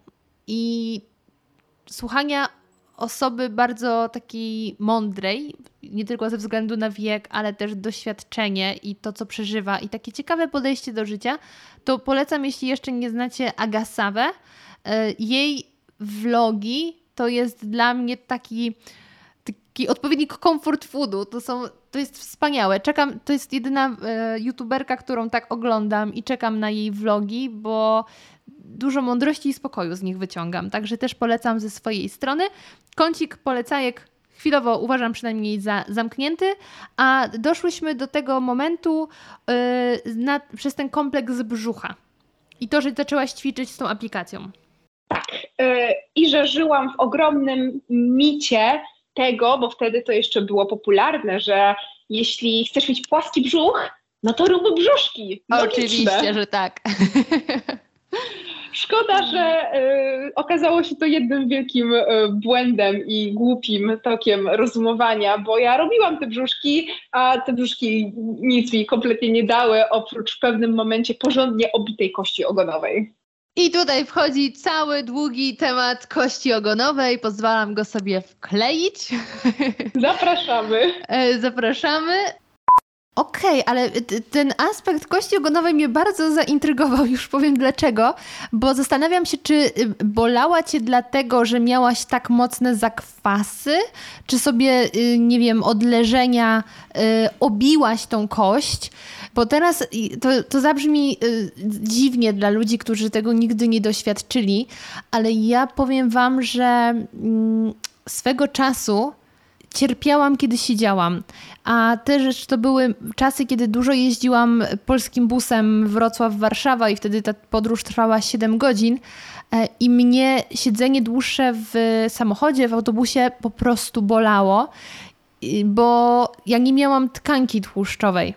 i słuchania osoby bardzo takiej mądrej, nie tylko ze względu na wiek, ale też doświadczenie i to, co przeżywa i takie ciekawe podejście do życia, to polecam, jeśli jeszcze nie znacie Agasawę. Jej vlogi to jest dla mnie taki, taki odpowiednik comfort foodu. To, są, to jest wspaniałe. Czekam, to jest jedyna e, youtuberka, którą tak oglądam i czekam na jej vlogi, bo dużo mądrości i spokoju z nich wyciągam. Także też polecam ze swojej strony. Kącik polecajek chwilowo uważam przynajmniej za zamknięty, a doszłyśmy do tego momentu yy, na, przez ten kompleks brzucha. I to, że zaczęłaś ćwiczyć z tą aplikacją. Tak. Yy, I że żyłam w ogromnym micie tego, bo wtedy to jeszcze było popularne, że jeśli chcesz mieć płaski brzuch, no to rób brzuszki. Logiczne. Oczywiście, że tak. Szkoda, że y, okazało się to jednym wielkim y, błędem i głupim tokiem rozumowania, bo ja robiłam te brzuszki, a te brzuszki nic mi kompletnie nie dały, oprócz w pewnym momencie porządnie obitej kości ogonowej. I tutaj wchodzi cały długi temat kości ogonowej. Pozwalam go sobie wkleić. Zapraszamy. Zapraszamy. Okej, okay, ale t- ten aspekt kości ogonowej mnie bardzo zaintrygował, już powiem dlaczego, bo zastanawiam się, czy bolała cię dlatego, że miałaś tak mocne zakwasy, czy sobie, nie wiem, od leżenia obiłaś tą kość, bo teraz to, to zabrzmi dziwnie dla ludzi, którzy tego nigdy nie doświadczyli, ale ja powiem wam, że swego czasu cierpiałam, kiedy siedziałam, a też to były czasy, kiedy dużo jeździłam polskim busem Wrocław-Warszawa i wtedy ta podróż trwała siedem godzin i mnie siedzenie dłuższe w samochodzie, w autobusie po prostu bolało, bo ja nie miałam tkanki tłuszczowej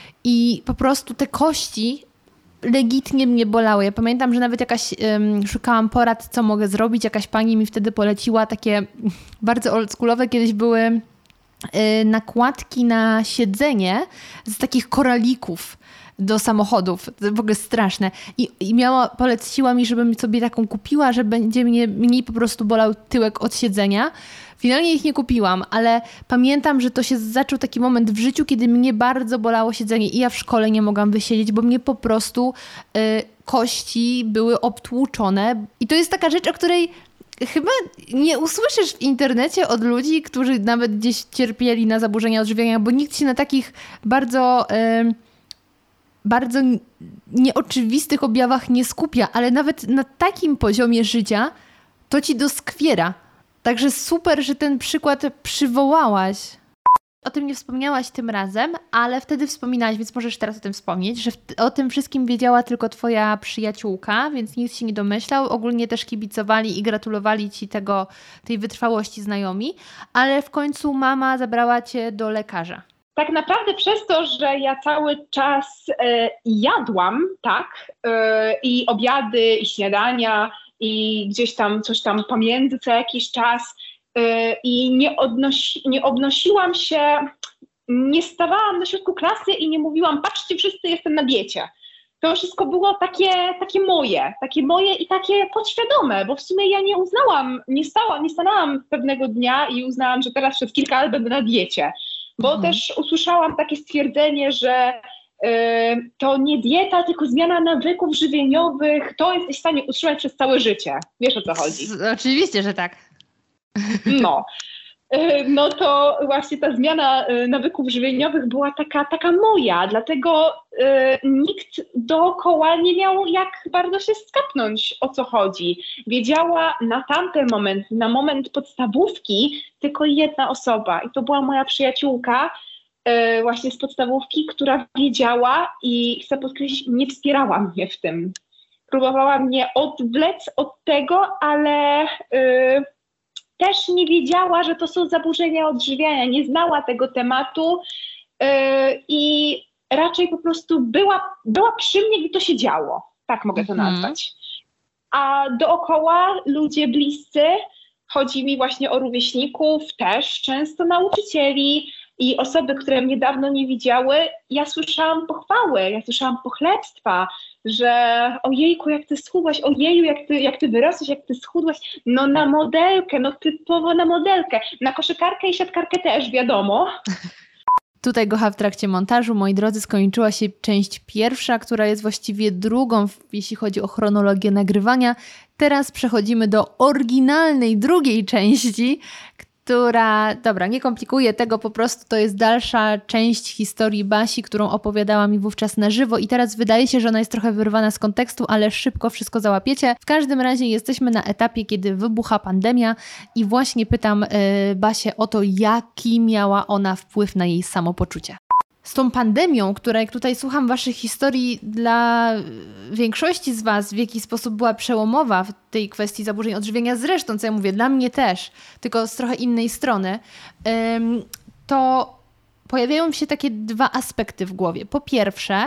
i po prostu te kości legitnie mnie bolały. Ja pamiętam, że nawet jakaś um, szukałam porad, co mogę zrobić. Jakaś pani mi wtedy poleciła takie bardzo oldschoolowe. Kiedyś były y, nakładki na siedzenie z takich koralików do samochodów. To w ogóle straszne. I, i miała, poleciła mi, żebym sobie taką kupiła, że będzie mnie mniej po prostu bolał tyłek od siedzenia. Finalnie ich nie kupiłam, ale pamiętam, że to się zaczął taki moment w życiu, kiedy mnie bardzo bolało siedzenie i ja w szkole nie mogłam wysiedzieć, bo mnie po prostu y, kości były obtłuczone. I to jest taka rzecz, o której chyba nie usłyszysz w internecie od ludzi, którzy nawet gdzieś cierpieli na zaburzenia odżywiania, bo nikt się na takich bardzo... Y, bardzo nieoczywistych objawach nie skupia, ale nawet na takim poziomie życia to ci doskwiera. Także super, że ten przykład przywołałaś. O tym nie wspomniałaś tym razem, ale wtedy wspominałaś, więc możesz teraz o tym wspomnieć, że o tym wszystkim wiedziała tylko twoja przyjaciółka, więc nikt się nie domyślał. Ogólnie też kibicowali i gratulowali ci tego, tej wytrwałości znajomi, ale w końcu mama zabrała cię do lekarza. Tak naprawdę przez to, że ja cały czas e, jadłam, tak, e, i obiady, i śniadania, i gdzieś tam coś tam pomiędzy co jakiś czas e, i nie, odnosi, nie obnosiłam się, nie stawałam na środku klasy i nie mówiłam, patrzcie wszyscy, jestem na diecie. To wszystko było takie, takie moje, takie moje i takie podświadome, bo w sumie ja nie uznałam, nie stałam, nie stanęłam pewnego dnia i uznałam, że teraz przez kilka lat będę na diecie. Bo mhm. też usłyszałam takie stwierdzenie, że y, to nie dieta, tylko zmiana nawyków żywieniowych, to jesteś w stanie utrzymać przez całe życie. Wiesz, o co chodzi? Oczywiście, że tak. No. Y, no to właśnie ta zmiana y, nawyków żywieniowych była taka, taka moja, dlatego y, nikt dookoła nie miał jak bardzo się skapnąć, o co chodzi. Wiedziała na tamten moment, na moment podstawówki, tylko jedna osoba i to była moja przyjaciółka y, właśnie z podstawówki, która wiedziała i chcę podkreślić, nie wspierała mnie w tym. Próbowała mnie odwlec od tego, ale y, też nie wiedziała, że to są zaburzenia odżywiania, nie znała tego tematu y, i raczej po prostu była, była przy mnie, gdy to się działo. Tak mogę to mhm. nazwać. A dookoła ludzie bliscy, chodzi mi właśnie o rówieśników, też często nauczycieli i osoby, które mnie dawno nie widziały, ja słyszałam pochwały, ja słyszałam pochlebstwa, że ojejku, jak ty schudłaś, ojeju, jak ty, jak ty wyrosłeś, jak ty schudłaś, no na modelkę, no typowo na modelkę, na koszykarkę i siatkarkę też, wiadomo. Tutaj Gocha w trakcie montażu, moi drodzy, skończyła się część pierwsza, która jest właściwie drugą, jeśli chodzi o chronologię nagrywania. Teraz przechodzimy do oryginalnej drugiej części, która, dobra, nie komplikuję tego, po prostu to jest dalsza część historii Basi, którą opowiadała mi wówczas na żywo i teraz wydaje się, że ona jest trochę wyrwana z kontekstu, ale szybko wszystko załapiecie. W każdym razie jesteśmy na etapie, kiedy wybucha pandemia i właśnie pytam yy, Basię o to, jaki miała ona wpływ na jej samopoczucie. Z tą pandemią, która jak tutaj słucham waszych historii, dla większości z was w jakiś sposób była przełomowa w tej kwestii zaburzeń odżywienia, zresztą, co ja mówię, dla mnie też, tylko z trochę innej strony, to pojawiają się takie dwa aspekty w głowie. Po pierwsze,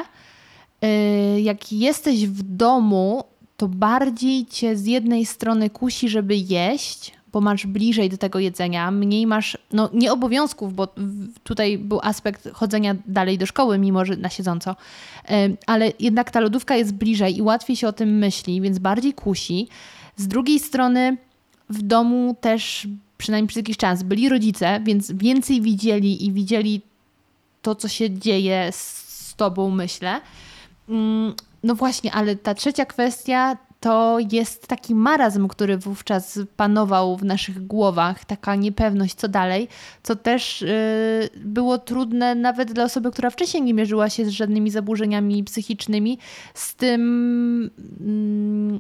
jak jesteś w domu, to bardziej cię z jednej strony kusi, żeby jeść, bo masz bliżej do tego jedzenia, mniej masz, no nie obowiązków, bo tutaj był aspekt chodzenia dalej do szkoły, mimo że na siedząco, ale jednak ta lodówka jest bliżej i łatwiej się o tym myśli, więc bardziej kusi. Z drugiej strony w domu też, przynajmniej przez jakiś czas, byli rodzice, więc więcej widzieli i widzieli to, co się dzieje z tobą, myślę. No właśnie, ale ta trzecia kwestia to jest taki marazm, który wówczas panował w naszych głowach, taka niepewność, co dalej, co też yy, było trudne nawet dla osoby, która wcześniej nie mierzyła się z żadnymi zaburzeniami psychicznymi, z tym yy,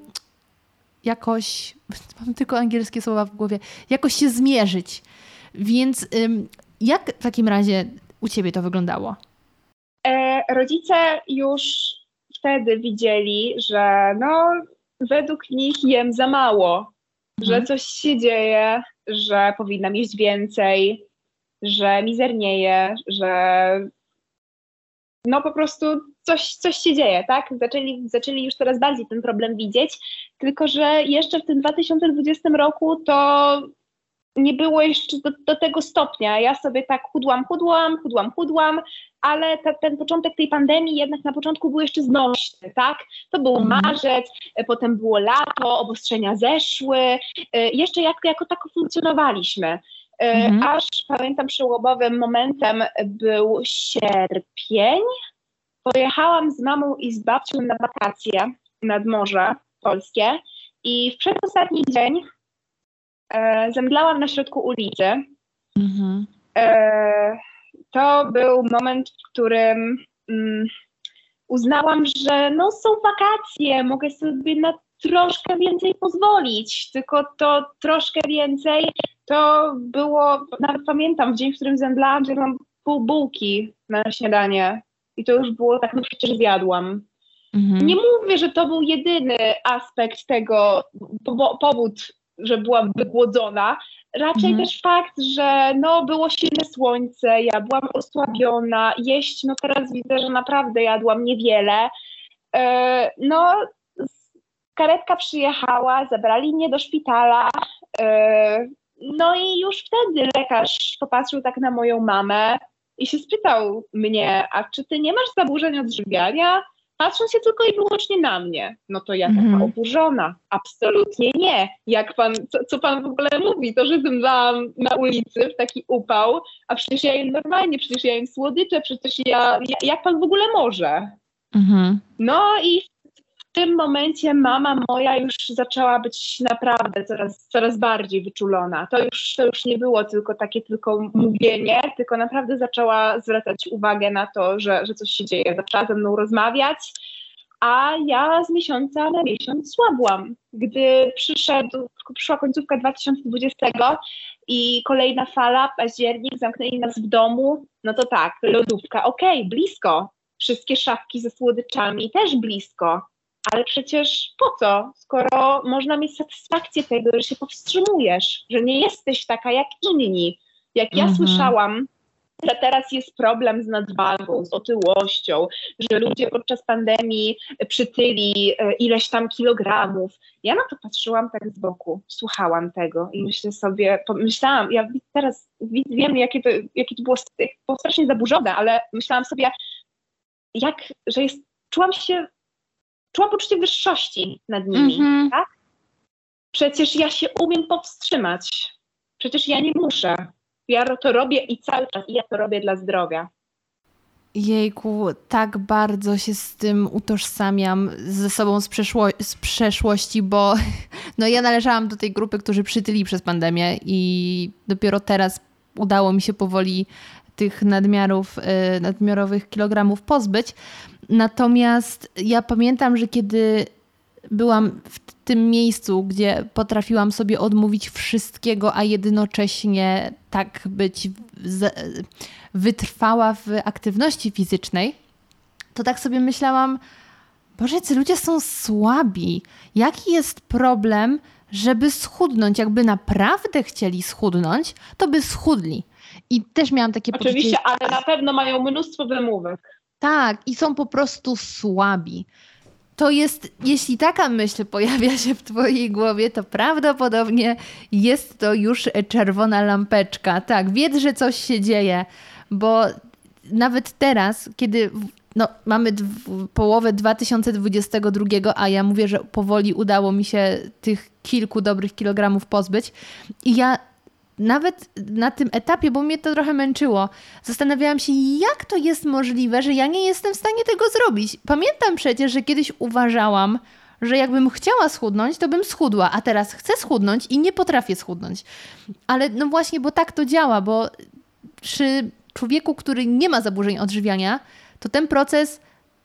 jakoś, mam tylko angielskie słowa w głowie, jakoś się zmierzyć. Więc yy, jak w takim razie u ciebie to wyglądało? E, rodzice już wtedy widzieli, że no według nich jem za mało, mhm. że coś się dzieje, że powinnam jeść więcej, że mizernieję, że no po prostu coś, coś się dzieje, tak? Zaczęli, zaczęli już coraz bardziej ten problem widzieć, tylko że jeszcze w tym dwa tysiące dwudziestym roku to nie było jeszcze do, do tego stopnia. Ja sobie tak chudłam, chudłam, chudłam, chudłam, ale ta, ten początek tej pandemii jednak na początku był jeszcze znośny, tak? To był mm. marzec, potem było lato, obostrzenia zeszły, jeszcze jak, jako tako funkcjonowaliśmy. Mm. Aż pamiętam przełomowym momentem był sierpień. Pojechałam z mamą i z babcią na wakacje nad morze polskie i w przedostatni dzień e, zemdlałam na środku ulicy. Mm-hmm. E, to był moment, w którym mm, uznałam, że no są wakacje, mogę sobie na troszkę więcej pozwolić, tylko to troszkę więcej to było, nawet pamiętam, w dzień, w którym zemdlałam, że mam pół bułki na śniadanie i to już było tak, no przecież zjadłam. Mhm. Nie mówię, że to był jedyny aspekt tego, po, powód, że byłam wygłodzona, raczej mhm. też fakt, że no było silne słońce, ja byłam osłabiona, jeść, no teraz widzę, że naprawdę jadłam niewiele. E, no karetka przyjechała, zabrali mnie do szpitala, e, no i już wtedy lekarz popatrzył tak na moją mamę i się spytał mnie, a czy ty nie masz zaburzeń odżywiania? Patrząc się tylko i wyłącznie na mnie. No to ja taka mm. oburzona. Absolutnie nie. Jak pan, co, co pan w ogóle mówi? To, że zemdlałam na ulicy w taki upał, a przecież ja jem normalnie, przecież ja jem słodycze, przecież ja, ja jak pan w ogóle może? Mm-hmm. No i w tym momencie mama moja już zaczęła być naprawdę coraz, coraz bardziej wyczulona. To już, to już nie było tylko takie tylko mówienie, tylko naprawdę zaczęła zwracać uwagę na to, że, że coś się dzieje. Zaczęła ze mną rozmawiać, a ja z miesiąca na miesiąc słabłam. Gdy przyszedł, przyszła końcówka dwa tysiące dwudziestego i kolejna fala, październik, zamknęli nas w domu, no to tak, lodówka, okej, okay, blisko. Wszystkie szafki ze słodyczami też blisko. Ale przecież po co, skoro można mieć satysfakcję tego, że się powstrzymujesz, że nie jesteś taka jak inni. Jak ja mhm. słyszałam, że teraz jest problem z nadwagą, z otyłością, że ludzie podczas pandemii przytyli ileś tam kilogramów. Ja na to patrzyłam tak z boku, słuchałam tego i myślę sobie, pomyślałam, ja teraz wiem, jakie to, jakie to było, było strasznie zaburzone, ale myślałam sobie, jak, że jest, czułam się Czułam poczucie wyższości nad nimi, mm-hmm. tak? Przecież ja się umiem powstrzymać. Przecież ja nie muszę. Ja to robię i cały czas. I ja to robię dla zdrowia. Jejku, tak bardzo się z tym utożsamiam ze sobą z, przeszło- z przeszłości, bo no ja należałam do tej grupy, którzy przytyli przez pandemię i dopiero teraz udało mi się powoli tych nadmiarów, yy, nadmiarowych kilogramów pozbyć. Natomiast ja pamiętam, że kiedy byłam w tym miejscu, gdzie potrafiłam sobie odmówić wszystkiego, a jednocześnie tak być z, wytrwała w aktywności fizycznej, to tak sobie myślałam, Boże, ci ludzie są słabi. Jaki jest problem, żeby schudnąć? Jakby naprawdę chcieli schudnąć, to by schudli. I też miałam takie poczucie... Oczywiście, ale na pewno mają mnóstwo wymówek. Tak, i są po prostu słabi. To jest, jeśli taka myśl pojawia się w twojej głowie, to prawdopodobnie jest to już czerwona lampeczka. Tak, wiedz, że coś się dzieje, bo nawet teraz, kiedy no, mamy dw- połowę dwa tysiące dwudziestego drugiego, a ja mówię, że powoli udało mi się tych kilku dobrych kilogramów pozbyć i ja nawet na tym etapie, bo mnie to trochę męczyło, zastanawiałam się, jak to jest możliwe, że ja nie jestem w stanie tego zrobić. Pamiętam przecież, że kiedyś uważałam, że jakbym chciała schudnąć, to bym schudła, a teraz chcę schudnąć i nie potrafię schudnąć. Ale no właśnie, bo tak to działa, bo przy człowieku, który nie ma zaburzeń odżywiania, to ten proces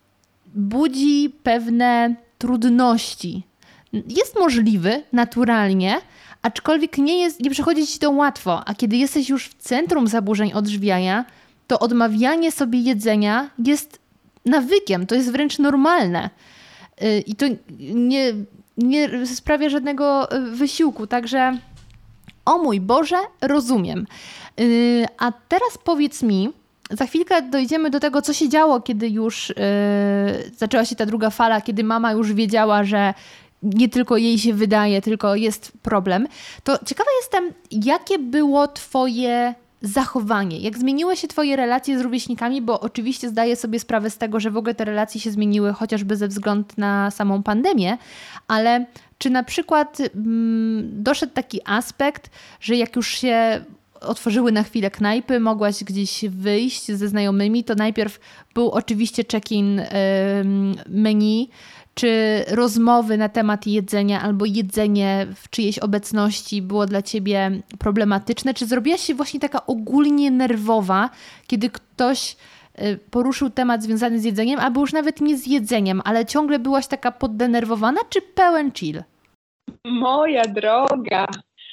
budzi pewne trudności. Jest możliwy naturalnie, aczkolwiek nie, jest, nie przychodzi ci to łatwo. A kiedy jesteś już w centrum zaburzeń odżywiania, to odmawianie sobie jedzenia jest nawykiem, to jest wręcz normalne. I to nie, nie sprawia żadnego wysiłku. Także o mój Boże, rozumiem. A teraz powiedz mi, za chwilkę dojdziemy do tego, co się działo, kiedy już zaczęła się ta druga fala, kiedy mama już wiedziała, że nie tylko jej się wydaje, tylko jest problem. To ciekawa jestem, jakie było twoje zachowanie, jak zmieniły się twoje relacje z rówieśnikami, bo oczywiście zdaję sobie sprawę z tego, że w ogóle te relacje się zmieniły chociażby ze względu na samą pandemię, ale czy na przykład mm, doszedł taki aspekt, że jak już się otworzyły na chwilę knajpy, mogłaś gdzieś wyjść ze znajomymi, to najpierw był oczywiście check-in y, menu, czy rozmowy na temat jedzenia albo jedzenie w czyjejś obecności było dla ciebie problematyczne? Czy zrobiłaś się właśnie taka ogólnie nerwowa, kiedy ktoś poruszył temat związany z jedzeniem, albo już nawet nie z jedzeniem, ale ciągle byłaś taka poddenerwowana, czy pełen chill? Moja droga,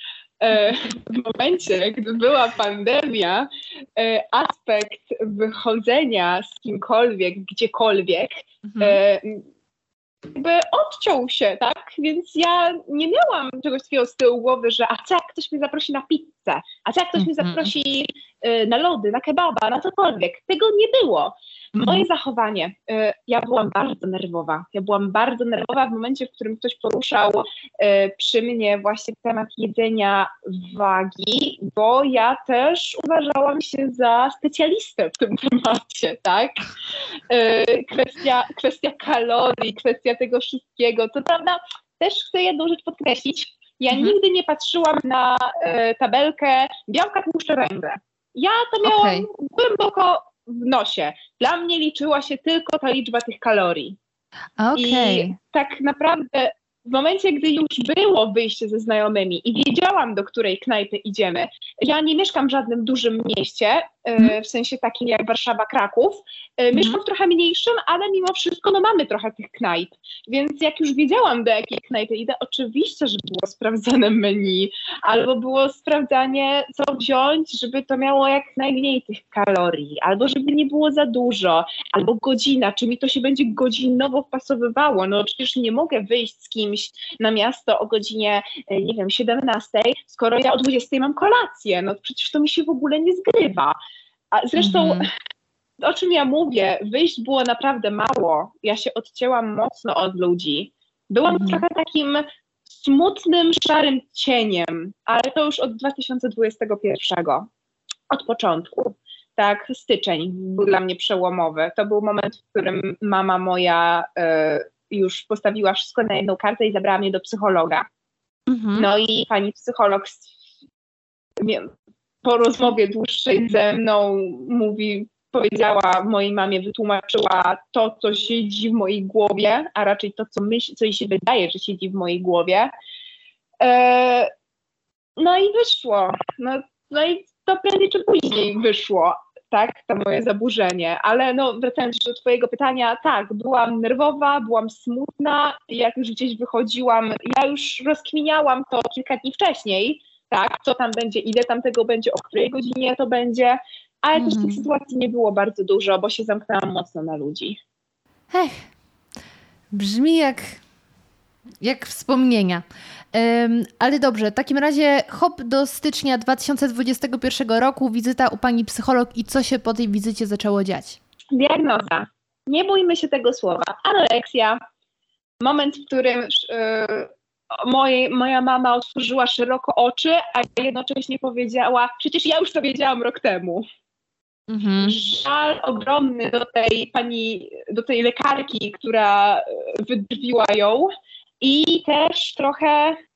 w momencie, gdy była pandemia, aspekt wychodzenia z kimkolwiek, gdziekolwiek, mhm. jakby odciął się, tak? Więc ja nie miałam czegoś takiego z tyłu głowy, że a co jak ktoś mnie zaprosi na pizzę, a co jak ktoś mm-hmm. mnie zaprosi y, na lody, na kebaba, na cokolwiek. Tego nie było. Moje zachowanie, y, ja byłam bardzo nerwowa. Ja byłam bardzo nerwowa w momencie, w którym ktoś poruszał y, przy mnie właśnie temat jedzenia wagi, bo ja też uważałam się za specjalistę w tym temacie, tak? Y, kwestia, kwestia kalorii, kwestia tego wszystkiego, to prawda, też chcę jedną rzecz podkreślić. Ja mhm. nigdy nie patrzyłam na y, tabelkę białka, tłuszcze, węgle. Ja to miałam okay. głęboko w nosie. Dla mnie liczyła się tylko ta liczba tych kalorii. Okay. I tak naprawdę w momencie, gdy już było wyjście ze znajomymi i wiedziałam, do której knajpy idziemy, ja nie mieszkam w żadnym dużym mieście, mm. w sensie takim jak Warszawa, Kraków. Mieszkam mm. w trochę mniejszym, ale mimo wszystko no, mamy trochę tych knajp. Więc jak już wiedziałam, do jakiej knajpy idę, oczywiście, że było sprawdzane menu, albo było sprawdzanie, co wziąć, żeby to miało jak najmniej tych kalorii, albo żeby nie było za dużo, albo godzina, czy mi to się będzie godzinowo wpasowywało. No przecież nie mogę wyjść z kimś na miasto o godzinie, nie wiem, siedemnastej, skoro ja o dwudziestej mam kolację. No przecież to mi się w ogóle nie zgrywa. A zresztą, mm-hmm. o czym ja mówię, wyjść było naprawdę mało. Ja się odcięłam mocno od ludzi. Byłam mm-hmm. trochę takim smutnym, szarym cieniem, ale to już od dwa tysiące dwudziestego pierwszego. Od początku. Tak, styczeń był dla mnie przełomowy. To był moment, w którym mama moja y, już postawiła wszystko na jedną kartę i zabrała mnie do psychologa. Mm-hmm. No i pani psycholog po rozmowie dłuższej ze mną mówi, powiedziała mojej mamie, wytłumaczyła to, co siedzi w mojej głowie, a raczej to, co myśli, co jej się wydaje, że siedzi w mojej głowie. E, no i wyszło. No, no i to prędzej czy później wyszło, tak, to moje zaburzenie. Ale no, wracając do twojego pytania, tak, byłam nerwowa, byłam smutna. Jak już gdzieś wychodziłam, ja już rozkminiałam to kilka dni wcześniej, tak, co tam będzie, ile tam tego będzie, o której godzinie to będzie, ale mm. też tych sytuacji nie było bardzo dużo, bo się zamknęłam mocno na ludzi. Ech, brzmi jak, jak wspomnienia. Um, ale dobrze, w takim razie hop do stycznia dwa tysiące dwudziestego pierwszego roku, wizyta u pani psycholog i co się po tej wizycie zaczęło dziać? Diagnoza. Nie bójmy się tego słowa. Anoreksja. Moment, w którym yy, Moje, moja mama otworzyła szeroko oczy, a jednocześnie powiedziała, przecież ja już to wiedziałam rok temu. Mhm. Żal ogromny do tej pani, do tej lekarki, która wydrwiła ją i też trochę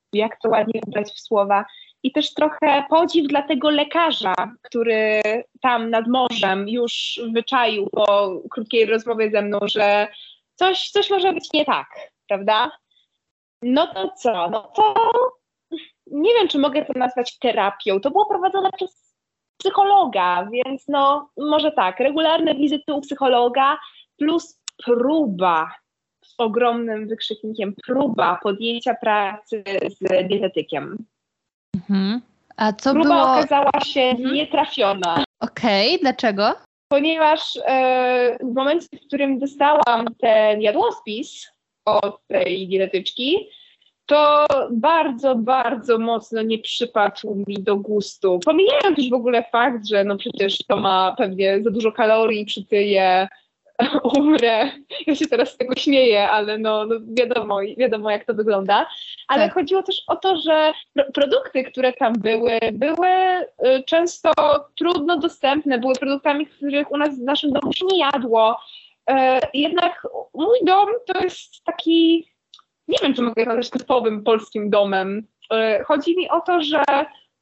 jak to ładnie ubrać w słowa. I też trochę podziw dla tego lekarza, który tam nad morzem już wyczaił po krótkiej rozmowie ze mną, że coś, coś może być nie tak, prawda? No to co? No to nie wiem, czy mogę to nazwać terapią. To było prowadzone przez psychologa, więc no może tak, regularne wizyty u psychologa plus próba, z ogromnym wykrzyknikiem, próba podjęcia pracy z dietetykiem. Mhm. A co Próba było... okazała się mhm. nietrafiona. Okej, okay. Dlaczego? Ponieważ e, w momencie, w którym dostałam ten jadłospis od tej dietetyczki, to bardzo, bardzo mocno nie przypadł mi do gustu. Pomijając już w ogóle fakt, że no przecież to ma pewnie za dużo kalorii, przytyję, umrę. Ja się teraz z tego śmieję, ale no, no wiadomo, wiadomo jak to wygląda. Ale tak. Chodziło też o to, że produkty, które tam były, były często trudno dostępne, były produktami, których u nas w naszym domu się nie jadło. Jednak mój dom to jest taki, nie wiem, czy mogę nazwać typowym polskim domem. Chodzi mi o to, że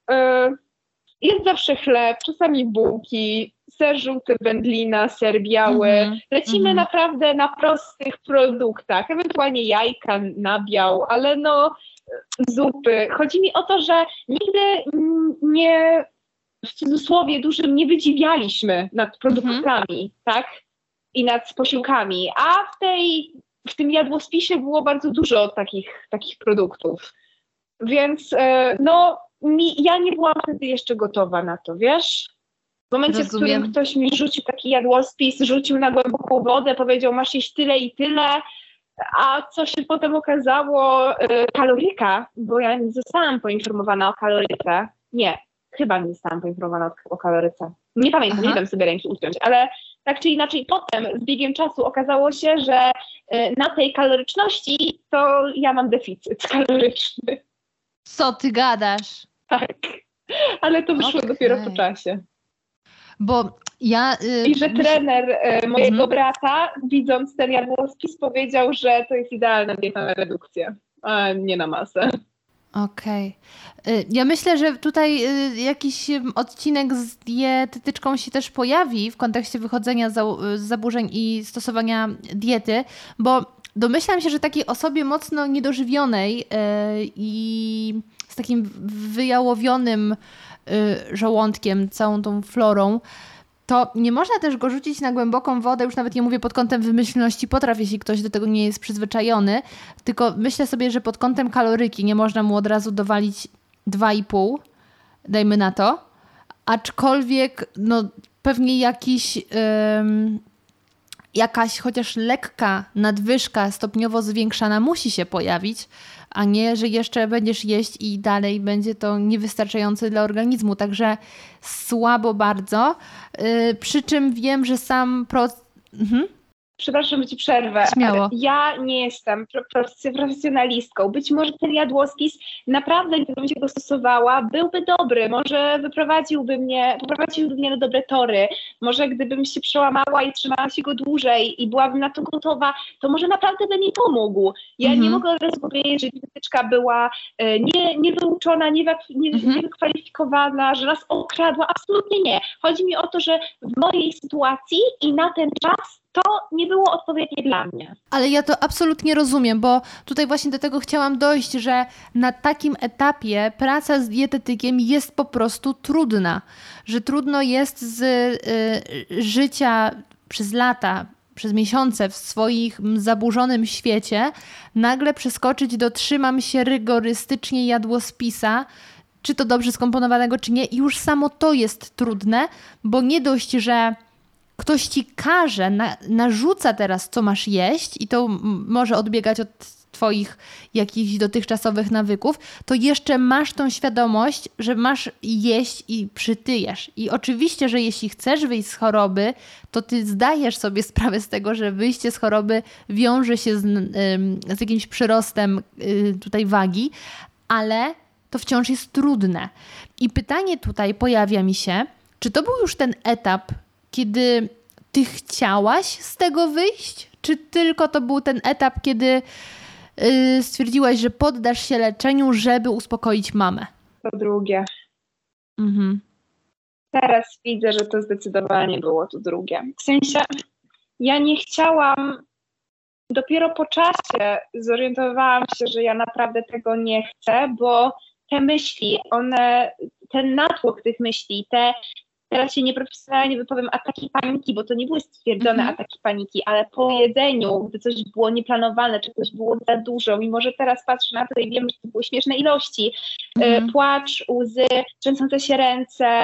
jest zawsze chleb, czasami bułki, ser żółty, wędlina, ser biały. Mm-hmm. Lecimy mm-hmm. naprawdę na prostych produktach, ewentualnie jajka, nabiał, ale no zupy. Chodzi mi o to, że nigdy nie, w cudzysłowie dużym, nie wydziwialiśmy nad produktami, mm-hmm. tak? I nad posiłkami, a w tej, w tym jadłospisie było bardzo dużo takich, takich produktów. Więc no mi, ja nie byłam wtedy jeszcze gotowa na to, wiesz? W momencie, Rozumiem. w którym ktoś mi rzucił taki jadłospis, rzucił na głęboką wodę, powiedział, masz jeść tyle i tyle, a co się potem okazało, kaloryka, bo ja nie zostałam poinformowana o kaloryce. Nie, chyba nie zostałam poinformowana o, o kaloryce. Nie pamiętam, Aha. nie dam sobie ręki uciąć, ale tak czy inaczej potem z biegiem czasu okazało się, że na tej kaloryczności to ja mam deficyt kaloryczny. Co ty gadasz? Tak, ale to wyszło okay. dopiero po czasie. Bo ja... Yy, I że trener yy, mojego mm-hmm. brata, widząc ten jadłospis, powiedział, że to jest idealna dieta na redukcję, a nie na masę. Okej. Okay. Ja myślę, że tutaj jakiś odcinek z dietetyczką się też pojawi w kontekście wychodzenia z zaburzeń i stosowania diety, bo domyślam się, że takiej osobie mocno niedożywionej i z takim wyjałowionym żołądkiem, całą tą florą, to nie można też go rzucić na głęboką wodę, już nawet nie mówię pod kątem wymyślności potraw, jeśli ktoś do tego nie jest przyzwyczajony, tylko myślę sobie, że pod kątem kaloryki nie można mu od razu dowalić dwa i pół, dajmy na to, aczkolwiek no, pewnie jakiś, ym, jakaś chociaż lekka nadwyżka stopniowo zwiększana musi się pojawić, a nie, że jeszcze będziesz jeść i dalej będzie to niewystarczające dla organizmu. Także słabo bardzo. Yy, przy czym wiem, że sam pro... Mhm. Przepraszam, że ci przerwę. Śmiało. Ja nie jestem profesjonalistką. Być może ten jadłospis naprawdę, gdybym się go stosowała, byłby dobry. Może wyprowadziłby mnie, poprowadziłby mnie na dobre tory. Może gdybym się przełamała i trzymała się go dłużej i byłabym na to gotowa, to może naprawdę by mi pomógł. Ja mhm. nie mogę od razu powiedzieć, że dietetyczka była nie, niewyuczona, nie, nie, mhm. niewykwalifikowana, że nas okradła. Absolutnie nie. Chodzi mi o to, że w mojej sytuacji i na ten czas to nie było odpowiednie dla mnie. Ale ja to absolutnie rozumiem, bo tutaj właśnie do tego chciałam dojść, że na takim etapie praca z dietetykiem jest po prostu trudna. Że trudno jest z y, życia przez lata, przez miesiące w swoim zaburzonym świecie nagle przeskoczyć do trzymam się rygorystycznie jadłospisa, czy to dobrze skomponowanego, czy nie. I już samo to jest trudne, bo nie dość, że ktoś ci każe, na, narzuca teraz, co masz jeść i to m- może odbiegać od twoich jakichś dotychczasowych nawyków, to jeszcze masz tą świadomość, że masz jeść i przytyjesz. I oczywiście, że jeśli chcesz wyjść z choroby, to ty zdajesz sobie sprawę z tego, że wyjście z choroby wiąże się z, y, z jakimś przyrostem y, tutaj wagi, ale to wciąż jest trudne. I pytanie tutaj pojawia mi się, czy to był już ten etap, kiedy ty chciałaś z tego wyjść? Czy tylko to był ten etap, kiedy yy, stwierdziłaś, że poddasz się leczeniu, żeby uspokoić mamę? To drugie. Mhm. Teraz widzę, że to zdecydowanie było to drugie. W sensie ja nie chciałam, dopiero po czasie zorientowałam się, że ja naprawdę tego nie chcę, bo te myśli, one, ten natłok tych myśli, te, teraz się nieprofesjonalnie wypowiem, ataki paniki, bo to nie były stwierdzone mm-hmm. ataki paniki, ale po jedzeniu, gdy coś było nieplanowane, czy coś było za dużo, mimo że teraz patrzę na to i wiem, że to były śmieszne ilości, mm-hmm. płacz, łzy, trzęsące się ręce,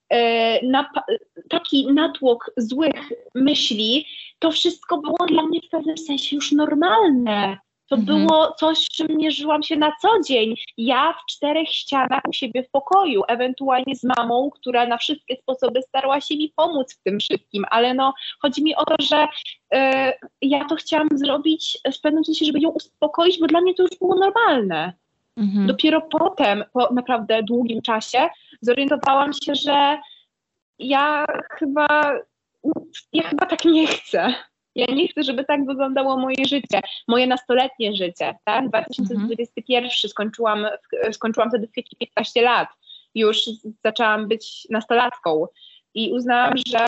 Nap- taki natłok złych myśli, to wszystko było dla mnie w pewnym sensie już normalne. To mhm. było coś, z czym mierzyłam się na co dzień. Ja w czterech ścianach u siebie w pokoju, ewentualnie z mamą, która na wszystkie sposoby starała się mi pomóc w tym wszystkim, ale no chodzi mi o to, że y, ja to chciałam zrobić w pewnym sensie, żeby ją uspokoić, bo dla mnie to już było normalne. Mhm. Dopiero potem, po naprawdę długim czasie, zorientowałam się, że ja chyba, ja chyba tak nie chcę. Ja nie chcę, żeby tak wyglądało moje życie, moje nastoletnie życie. Tak? dwa tysiące dwudziesty pierwszy skończyłam, skończyłam wtedy piętnaście lat. Już zaczęłam być nastolatką i uznałam, że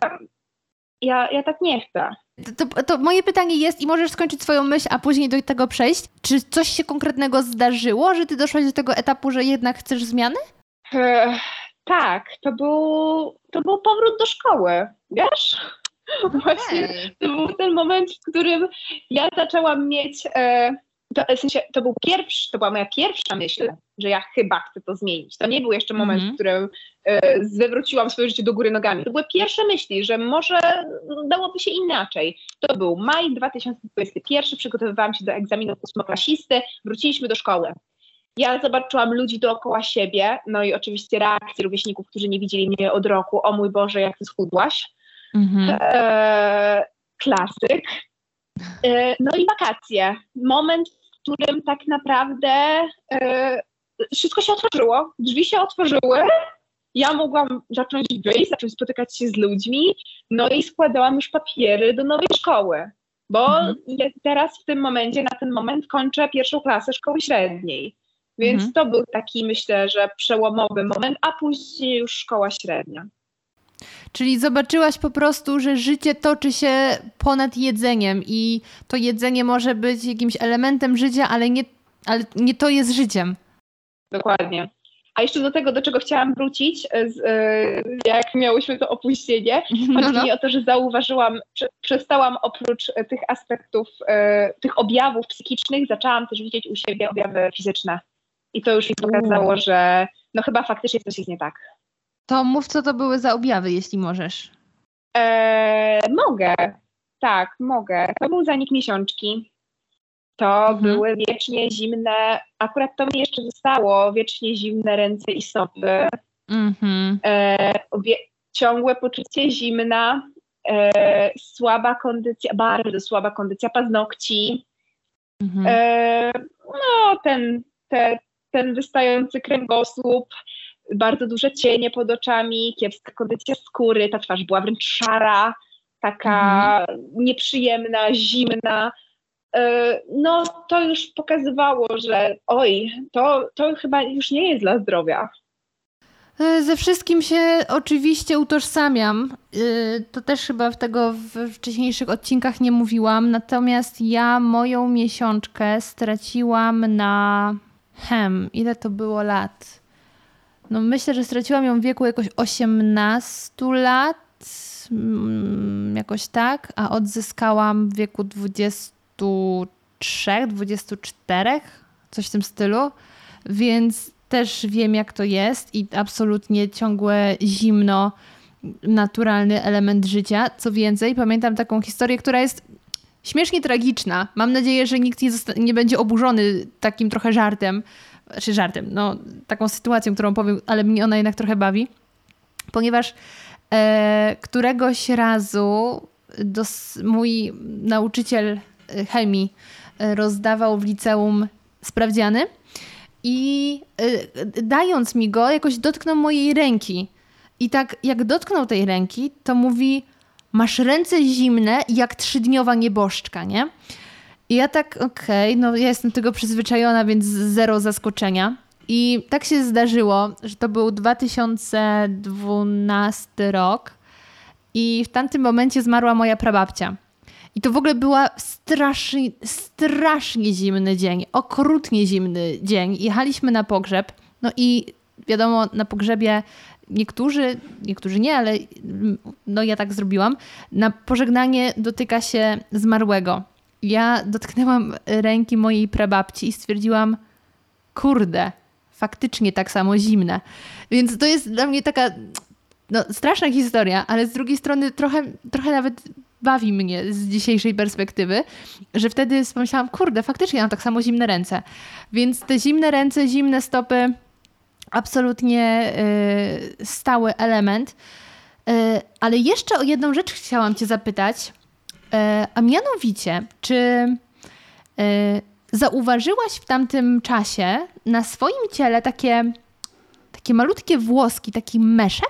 ja, ja tak nie chcę. To, to, to moje pytanie jest, i możesz skończyć swoją myśl, a później do tego przejść. Czy coś się konkretnego zdarzyło, że ty doszłaś do tego etapu, że jednak chcesz zmiany? E, tak, to był, to był powrót do szkoły, wiesz? Okay. Właśnie to był ten moment, w którym ja zaczęłam mieć, e, to, w sensie, to był pierwszy, to była moja pierwsza myśl, że ja chyba chcę to zmienić. To nie był jeszcze moment, mm-hmm. w którym e, wywróciłam swoje życie do góry nogami. To były pierwsze myśli, że może dałoby się inaczej. To był maj dwa tysiące dwudziesty pierwszy, przygotowywałam się do egzaminu ósmoklasisty, wróciliśmy do szkoły. Ja zobaczyłam ludzi dookoła siebie, no i oczywiście reakcje rówieśników, którzy nie widzieli mnie od roku. O mój Boże, jak ty schudłaś. Mm-hmm. E, klasyk. E, no i wakacje. Moment, w którym tak naprawdę e, wszystko się otworzyło, drzwi się otworzyły, ja mogłam zacząć wyjść, zacząć spotykać się z ludźmi, no i składałam już papiery do nowej szkoły, bo mm-hmm. ja teraz w tym momencie, na ten moment kończę pierwszą klasę szkoły średniej, więc mm-hmm. to był taki, myślę, że przełomowy moment, a później już szkoła średnia. Czyli zobaczyłaś po prostu, że życie toczy się ponad jedzeniem i to jedzenie może być jakimś elementem życia, ale nie, ale nie to jest życiem. Dokładnie. A jeszcze do tego, do czego chciałam wrócić, z, jak miałyśmy to opóźnienie, no, chodzi no. mi o to, że zauważyłam, przestałam oprócz tych aspektów, tych objawów psychicznych, zaczęłam też widzieć u siebie objawy fizyczne. I to już mi pokazało, że no chyba faktycznie coś jest nie tak. To mów, co to były za objawy, jeśli możesz. Eee, mogę, tak, mogę. To był zanik miesiączki. To mhm. były wiecznie zimne, akurat to mi jeszcze zostało, wiecznie zimne ręce i stopy. Mhm. Eee, wie, ciągłe poczucie zimna, eee, słaba kondycja, bardzo słaba kondycja paznokci. Mhm. Eee, no, ten, te, ten wystający kręgosłup, bardzo duże cienie pod oczami, kiepska kondycja skóry, ta twarz była wręcz szara, taka mhm. nieprzyjemna, zimna. No to już pokazywało, że oj, to, to chyba już nie jest dla zdrowia. Ze wszystkim się oczywiście utożsamiam. To też chyba w tego w wcześniejszych odcinkach nie mówiłam. Natomiast ja moją miesiączkę straciłam na... Hem, ile to było lat? No myślę, że straciłam ją w wieku jakoś osiemnastu lat, jakoś tak, a odzyskałam w wieku dwudziestu trzech, dwudziestu czterech, coś w tym stylu, więc też wiem, jak to jest i absolutnie ciągłe zimno, naturalny element życia. Co więcej, pamiętam taką historię, która jest śmiesznie tragiczna. Mam nadzieję, że nikt nie, zosta- nie będzie oburzony takim trochę żartem, czy żartem, no taką sytuacją, którą powiem, ale mnie ona jednak trochę bawi, ponieważ e, któregoś razu dos, mój nauczyciel chemii rozdawał w liceum sprawdziany i e, dając mi go, jakoś dotknął mojej ręki i tak jak dotknął tej ręki, to mówi: masz ręce zimne jak trzydniowa nieboszczka, nie? I ja tak, okej, okay, no ja jestem do tego przyzwyczajona, więc zero zaskoczenia. I tak się zdarzyło, że to był dwa tysiące dwunasty rok i w tamtym momencie zmarła moja prababcia. I to w ogóle była strasznie, strasznie zimny dzień, okrutnie zimny dzień. Jechaliśmy na pogrzeb, no i wiadomo, na pogrzebie niektórzy, niektórzy nie, ale no ja tak zrobiłam, na pożegnanie dotyka się zmarłego. Ja dotknęłam ręki mojej prababci i stwierdziłam, kurde, faktycznie tak samo zimne. Więc to jest dla mnie taka no, straszna historia, ale z drugiej strony trochę, trochę nawet bawi mnie z dzisiejszej perspektywy, że wtedy pomyślałam, kurde, faktycznie mam tak samo zimne ręce. Więc te zimne ręce, zimne stopy, absolutnie yy, stały element. Yy, ale jeszcze o jedną rzecz chciałam cię zapytać, yy, a mianowicie, czy yy, zauważyłaś w tamtym czasie na swoim ciele takie, takie malutkie włoski, taki meszek?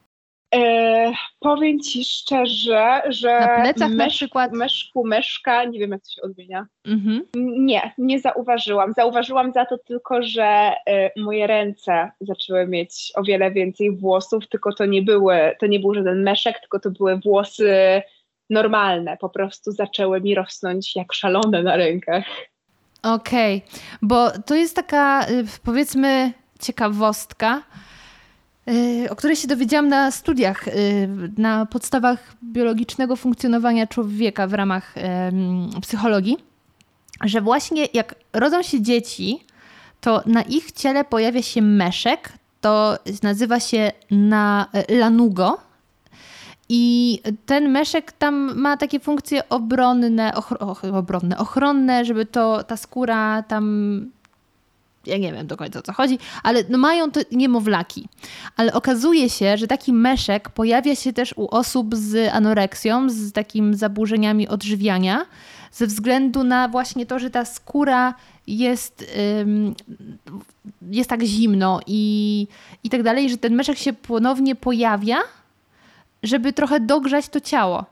E, powiem ci szczerze, że na plecach mesz, na przykład... meszku, meszka, nie wiem jak to się odmienia. Mhm. Nie, nie zauważyłam. Zauważyłam za to tylko, że e, moje ręce zaczęły mieć o wiele więcej włosów, tylko to nie były, to nie był żaden meszek, tylko to były włosy normalne. Po prostu zaczęły mi rosnąć jak szalone na rękach. Okej, okay. Bo to jest taka, powiedzmy, ciekawostka, o której się dowiedziałam na studiach, na podstawach biologicznego funkcjonowania człowieka w ramach psychologii, że właśnie jak rodzą się dzieci, to na ich ciele pojawia się meszek, to nazywa się na lanugo. I ten meszek tam ma takie funkcje obronne, ochro- obronne, ochronne, żeby to ta skóra tam, ja nie wiem do końca o co chodzi, ale no mają to niemowlaki. Ale okazuje się, że taki meszek pojawia się też u osób z anoreksją, z takimi zaburzeniami odżywiania, ze względu na właśnie to, że ta skóra jest, ym, jest tak zimno i, i tak dalej, że ten meszek się ponownie pojawia, żeby trochę dogrzać to ciało.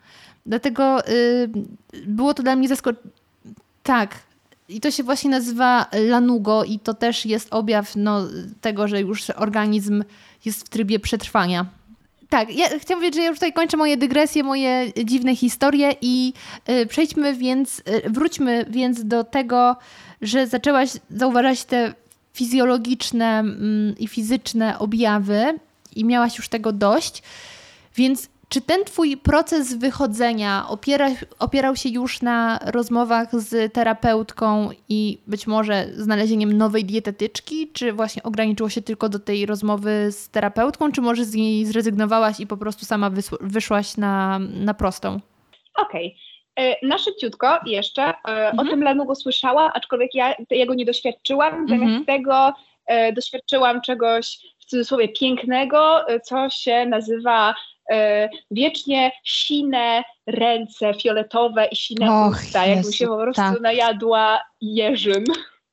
Dlatego y, było to dla mnie zaskoczenie. Tak. I to się właśnie nazywa lanugo i to też jest objaw no, tego, że już organizm jest w trybie przetrwania. Tak, ja chciałam powiedzieć, że ja już tutaj kończę moje dygresje, moje dziwne historie i y, przejdźmy więc, y, wróćmy więc do tego, że zaczęłaś zauważać te fizjologiczne mm, i fizyczne objawy i miałaś już tego dość. Więc czy ten twój proces wychodzenia opiera, opierał się już na rozmowach z terapeutką i być może znalezieniem nowej dietetyczki, czy właśnie ograniczyło się tylko do tej rozmowy z terapeutką, czy może z niej zrezygnowałaś i po prostu sama wysł- wyszłaś na, na prostą? Okej. Okay. Na szybciutko jeszcze mhm. o tym lanugo słyszałam, aczkolwiek ja jego nie doświadczyłam. Zamiast mhm. tego e, doświadczyłam czegoś w cudzysłowie pięknego, co się nazywa e, wiecznie sine ręce fioletowe i sine Och, usta, jakbym się po prostu tak. najadła jeżyn.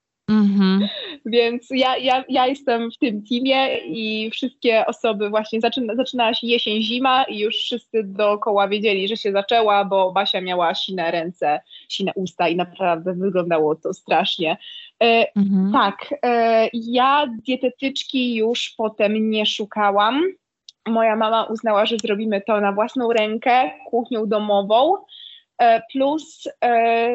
Mhm. Więc ja, ja, ja jestem w tym teamie i wszystkie osoby właśnie, zaczyna, zaczynała się jesień, zima i już wszyscy dookoła wiedzieli, że się zaczęła, bo Basia miała sine ręce, sine usta i naprawdę wyglądało to strasznie. E, mhm. Tak, e, ja dietetyczki już potem nie szukałam. Moja mama uznała, że zrobimy to na własną rękę, kuchnią domową, e, plus e,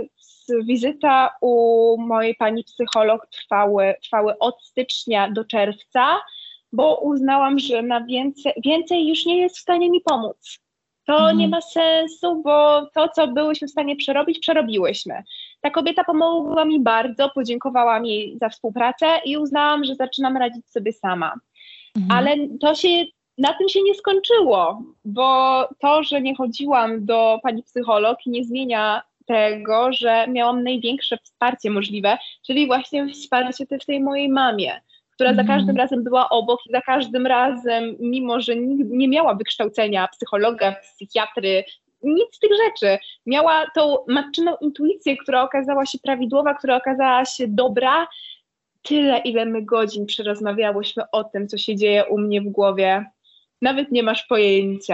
wizyta u mojej pani psycholog trwały, trwały od stycznia do czerwca, bo uznałam, że na więcej, więcej już nie jest w stanie mi pomóc. To mhm. nie ma sensu, bo to, co byłyśmy w stanie przerobić, przerobiłyśmy. Ta kobieta pomogła mi bardzo, podziękowałam jej za współpracę i uznałam, że zaczynam radzić sobie sama. Mhm. Ale to się, na tym się nie skończyło, bo to, że nie chodziłam do pani psycholog, nie zmienia tego, że miałam największe wsparcie możliwe, czyli właśnie wsparcie też tej mojej mamie, która mm. za każdym razem była obok i za każdym razem, mimo że nigdy nie miała wykształcenia psychologa, psychiatry, nic z tych rzeczy, miała tą matczyną intuicję, która okazała się prawidłowa, która okazała się dobra. Tyle, ile my godzin przerozmawiałyśmy o tym, co się dzieje u mnie w głowie, nawet nie masz pojęcia.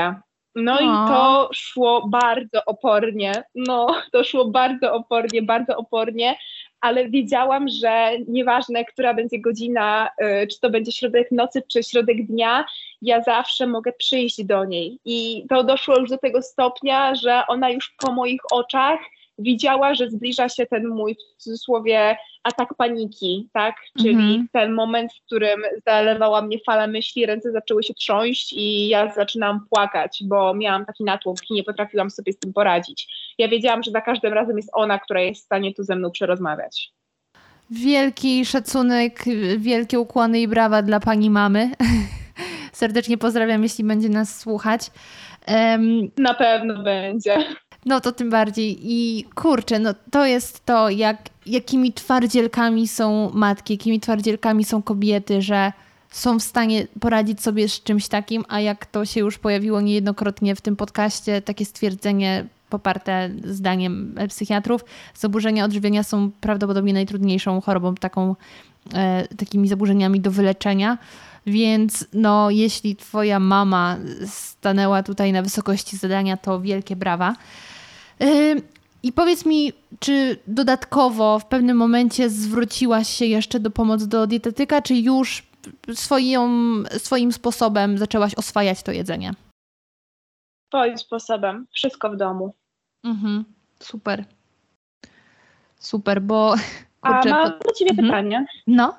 No i to szło bardzo opornie, no to szło bardzo opornie, bardzo opornie, ale wiedziałam, że nieważne, która będzie godzina, y, czy to będzie środek nocy, czy środek dnia, ja zawsze mogę przyjść do niej. I to doszło już do tego stopnia, że ona już po moich oczach widziała, że zbliża się ten mój, w cudzysłowie, atak paniki, tak? Czyli Mhm. ten moment, w którym zalewała mnie fala myśli, ręce zaczęły się trząść i ja zaczynałam płakać, bo miałam taki natłok i nie potrafiłam sobie z tym poradzić. Ja wiedziałam, że za każdym razem jest ona, która jest w stanie tu ze mną przerozmawiać. Wielki szacunek, wielkie ukłony i brawa dla pani mamy. Serdecznie pozdrawiam, jeśli będzie nas słuchać. Um, Na pewno będzie. No to tym bardziej. I kurczę, no to jest to, jak, jakimi twardzielkami są matki, jakimi twardzielkami są kobiety, że są w stanie poradzić sobie z czymś takim, a jak to się już pojawiło niejednokrotnie w tym podcaście, takie stwierdzenie poparte zdaniem psychiatrów, zaburzenia odżywiania są prawdopodobnie najtrudniejszą chorobą, taką, e, takimi zaburzeniami do wyleczenia. Więc no, jeśli twoja mama stanęła tutaj na wysokości zadania, to wielkie brawa. Yy, I powiedz mi, czy dodatkowo w pewnym momencie zwróciłaś się jeszcze do pomocy do dietetyka, czy już swoją, swoim sposobem zaczęłaś oswajać to jedzenie? Swoim sposobem. Wszystko w domu. Mhm. Super. Super, bo... Kurczę, A mam po... do ciebie mhm. pytanie. No?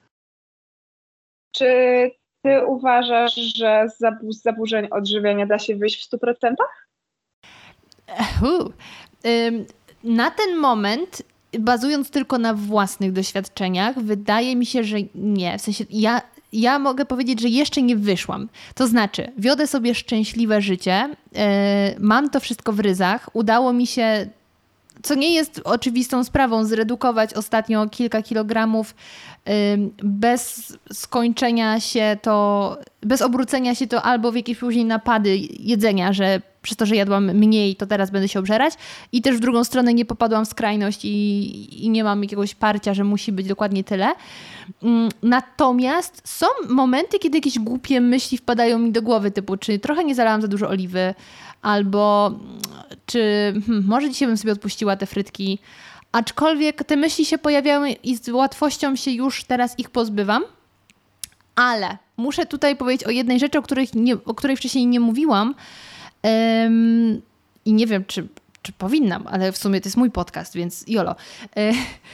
Czy ty uważasz, że z zabu- z zaburzeń odżywiania da się wyjść w stu procentach? Uh. Na ten moment, bazując tylko na własnych doświadczeniach, wydaje mi się, że nie. W sensie ja, ja mogę powiedzieć, że jeszcze nie wyszłam. To znaczy, wiodę sobie szczęśliwe życie, yy, mam to wszystko w ryzach, udało mi się, co nie jest oczywistą sprawą, zredukować ostatnio kilka kilogramów yy, bez skończenia się to, bez obrócenia się to albo w jakieś później napady jedzenia, że przez to, że jadłam mniej, to teraz będę się obżerać. I też w drugą stronę nie popadłam w skrajność i, i nie mam jakiegoś parcia, że musi być dokładnie tyle. Natomiast są momenty, kiedy jakieś głupie myśli wpadają mi do głowy, typu czy trochę nie zalałam za dużo oliwy, albo czy hmm, może dzisiaj bym sobie odpuściła te frytki. Aczkolwiek te myśli się pojawiają i z łatwością się już teraz ich pozbywam. Ale muszę tutaj powiedzieć o jednej rzeczy, o której, nie, o której wcześniej nie mówiłam, Um, i nie wiem, czy, czy powinnam, ale w sumie to jest mój podcast, więc jolo. E,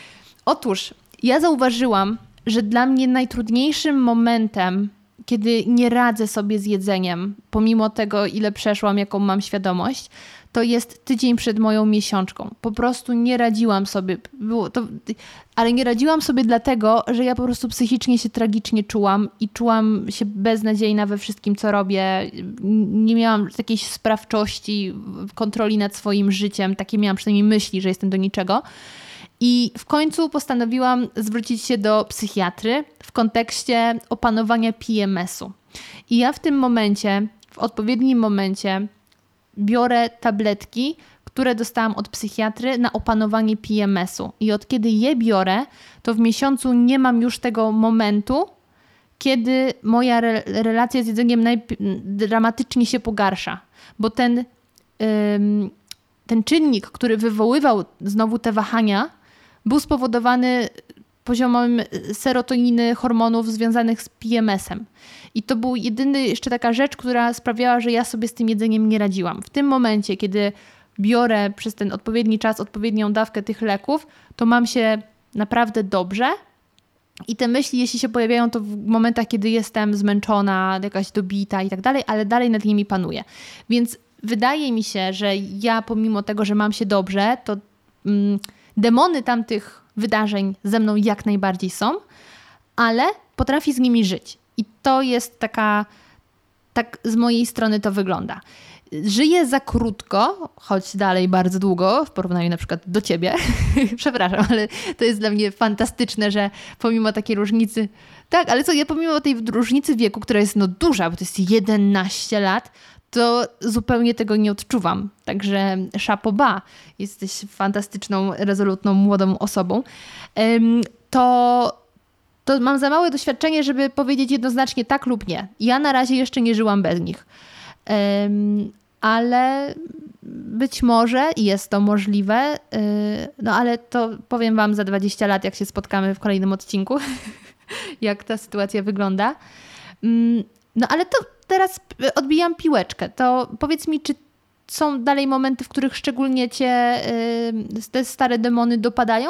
otóż ja zauważyłam, że dla mnie najtrudniejszym momentem, kiedy nie radzę sobie z jedzeniem, pomimo tego, ile przeszłam, jaką mam świadomość, to jest tydzień przed moją miesiączką. Po prostu nie radziłam sobie. Było to, ale nie radziłam sobie dlatego, że ja po prostu psychicznie się tragicznie czułam i czułam się beznadziejna we wszystkim, co robię. Nie miałam jakiejś sprawczości, kontroli nad swoim życiem. Takie miałam przynajmniej myśli, że jestem do niczego. I w końcu postanowiłam zwrócić się do psychiatry w kontekście opanowania P M S-u. I ja w tym momencie, w odpowiednim momencie biorę tabletki, które dostałam od psychiatry na opanowanie P M S-u. I od kiedy je biorę, to w miesiącu nie mam już tego momentu, kiedy moja re- relacja z jedzeniem najp- dramatycznie się pogarsza. Bo ten, ym, ten czynnik, który wywoływał znowu te wahania, był spowodowany poziomem serotoniny, hormonów związanych z P M S-em. I to był jedyny jeszcze taka rzecz, która sprawiała, że ja sobie z tym jedzeniem nie radziłam. W tym momencie, kiedy biorę przez ten odpowiedni czas odpowiednią dawkę tych leków, to mam się naprawdę dobrze. I te myśli, jeśli się pojawiają, to w momentach, kiedy jestem zmęczona, jakaś dobita i tak dalej, ale dalej nad nimi panuję. Więc wydaje mi się, że ja pomimo tego, że mam się dobrze, to mm, demony tamtych wydarzeń ze mną jak najbardziej są, ale potrafię z nimi żyć. I to jest taka, tak z mojej strony to wygląda. Żyję za krótko, choć dalej bardzo długo, w porównaniu na przykład do ciebie. Przepraszam, ale to jest dla mnie fantastyczne, że pomimo takiej różnicy, tak, ale co, ja pomimo tej różnicy wieku, która jest no duża, bo to jest jedenaście lat, to zupełnie tego nie odczuwam. Także chapeau bas, jesteś fantastyczną, rezolutną, młodą osobą. To, to mam za małe doświadczenie, żeby powiedzieć jednoznacznie tak lub nie. Ja na razie jeszcze nie żyłam bez nich. ale być może jest to możliwe, no ale to powiem wam za dwadzieścia lat, jak się spotkamy w kolejnym odcinku, jak ta sytuacja wygląda. No ale to teraz odbijam piłeczkę. To powiedz mi, czy są dalej momenty, w których szczególnie cię te stare demony dopadają?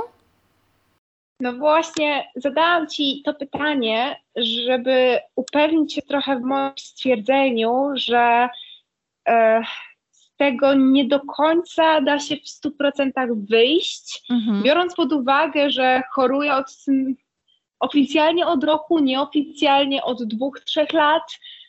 No właśnie, zadałam ci to pytanie, żeby upewnić się trochę w moim stwierdzeniu, że e, z tego nie do końca da się w stu procentach wyjść, mhm. biorąc pod uwagę, że choruję od, oficjalnie od roku, nieoficjalnie od dwóch, trzech lat,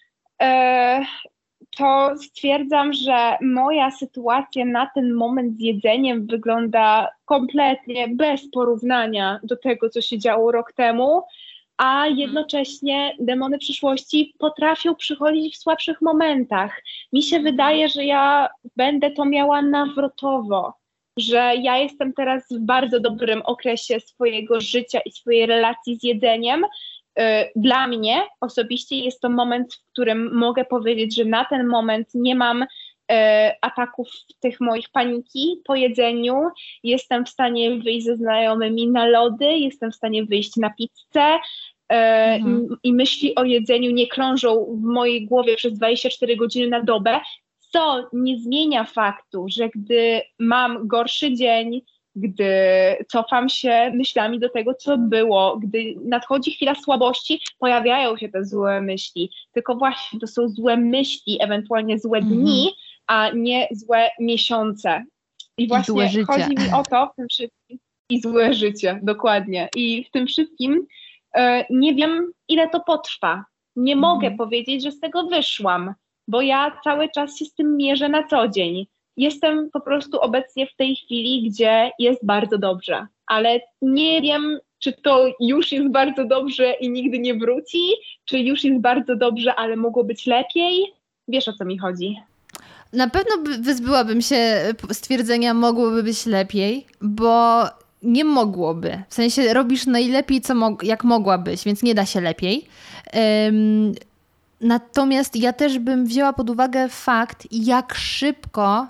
e, to stwierdzam, że moja sytuacja na ten moment z jedzeniem wygląda kompletnie bez porównania do tego, co się działo rok temu, a jednocześnie demony przyszłości potrafią przychodzić w słabszych momentach. Mi się wydaje, że ja będę to miała nawrotowo, że ja jestem teraz w bardzo dobrym okresie swojego życia i swojej relacji z jedzeniem. Dla mnie osobiście jest to moment, w którym mogę powiedzieć, że na ten moment nie mam e, ataków tych moich paniki po jedzeniu. Jestem w stanie wyjść ze znajomymi na lody, jestem w stanie wyjść na pizzę e, mhm. i, i myśli o jedzeniu nie krążą w mojej głowie przez dwadzieścia cztery godziny na dobę, co nie zmienia faktu, że gdy mam gorszy dzień, gdy cofam się myślami do tego, co było, gdy nadchodzi chwila słabości, pojawiają się te złe myśli. Tylko właśnie to są złe myśli, ewentualnie złe mm-hmm. dni, a nie złe miesiące. I właśnie I chodzi mi o to w tym wszystkim. I złe życie, dokładnie. I w tym wszystkim e, nie wiem, ile to potrwa. Nie mm-hmm. mogę powiedzieć, że z tego wyszłam, bo ja cały czas się z tym mierzę na co dzień. Jestem po prostu obecnie w tej chwili, gdzie jest bardzo dobrze, ale nie wiem, czy to już jest bardzo dobrze i nigdy nie wróci, czy już jest bardzo dobrze, ale mogło być lepiej. Wiesz, o co mi chodzi? Na pewno wyzbyłabym się stwierdzenia mogłoby być lepiej, bo nie mogłoby. W sensie robisz najlepiej, co mo- jak mogłabyś, więc nie da się lepiej. Um, natomiast ja też bym wzięła pod uwagę fakt, jak szybko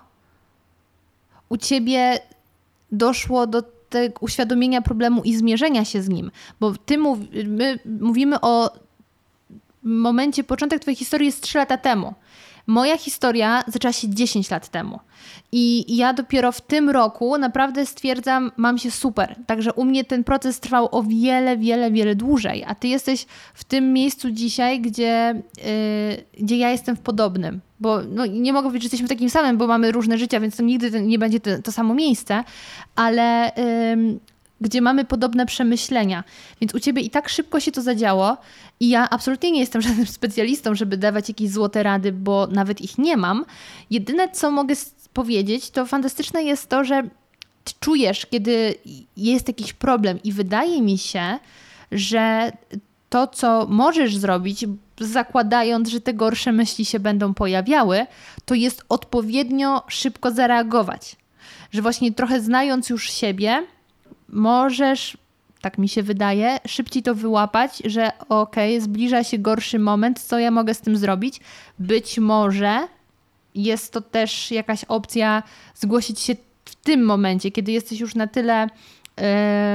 u ciebie doszło do tego uświadomienia problemu i zmierzenia się z nim. Bo ty mów, my mówimy o momencie, początek twojej historii jest trzy lata temu. Moja historia zaczęła się dziesięć lat temu. I ja dopiero w tym roku naprawdę stwierdzam, mam się super. Także u mnie ten proces trwał o wiele, wiele, wiele dłużej. A ty jesteś w tym miejscu dzisiaj, gdzie, yy, gdzie ja jestem w podobnym. Bo no, nie mogę powiedzieć, że jesteśmy w takim samym, bo mamy różne życia, więc to nigdy nie będzie to, to samo miejsce. Ale... Yy, gdzie mamy podobne przemyślenia. Więc u ciebie i tak szybko się to zadziało i ja absolutnie nie jestem żadnym specjalistą, żeby dawać jakieś złote rady, bo nawet ich nie mam. Jedyne, co mogę powiedzieć, to fantastyczne jest to, że czujesz, kiedy jest jakiś problem i wydaje mi się, że to, co możesz zrobić, zakładając, że te gorsze myśli się będą pojawiały, to jest odpowiednio szybko zareagować. Że właśnie trochę znając już siebie, możesz, tak mi się wydaje, szybciej to wyłapać, że okej, okay, zbliża się gorszy moment, co ja mogę z tym zrobić? Być może jest to też jakaś opcja zgłosić się w tym momencie, kiedy jesteś już na tyle yy,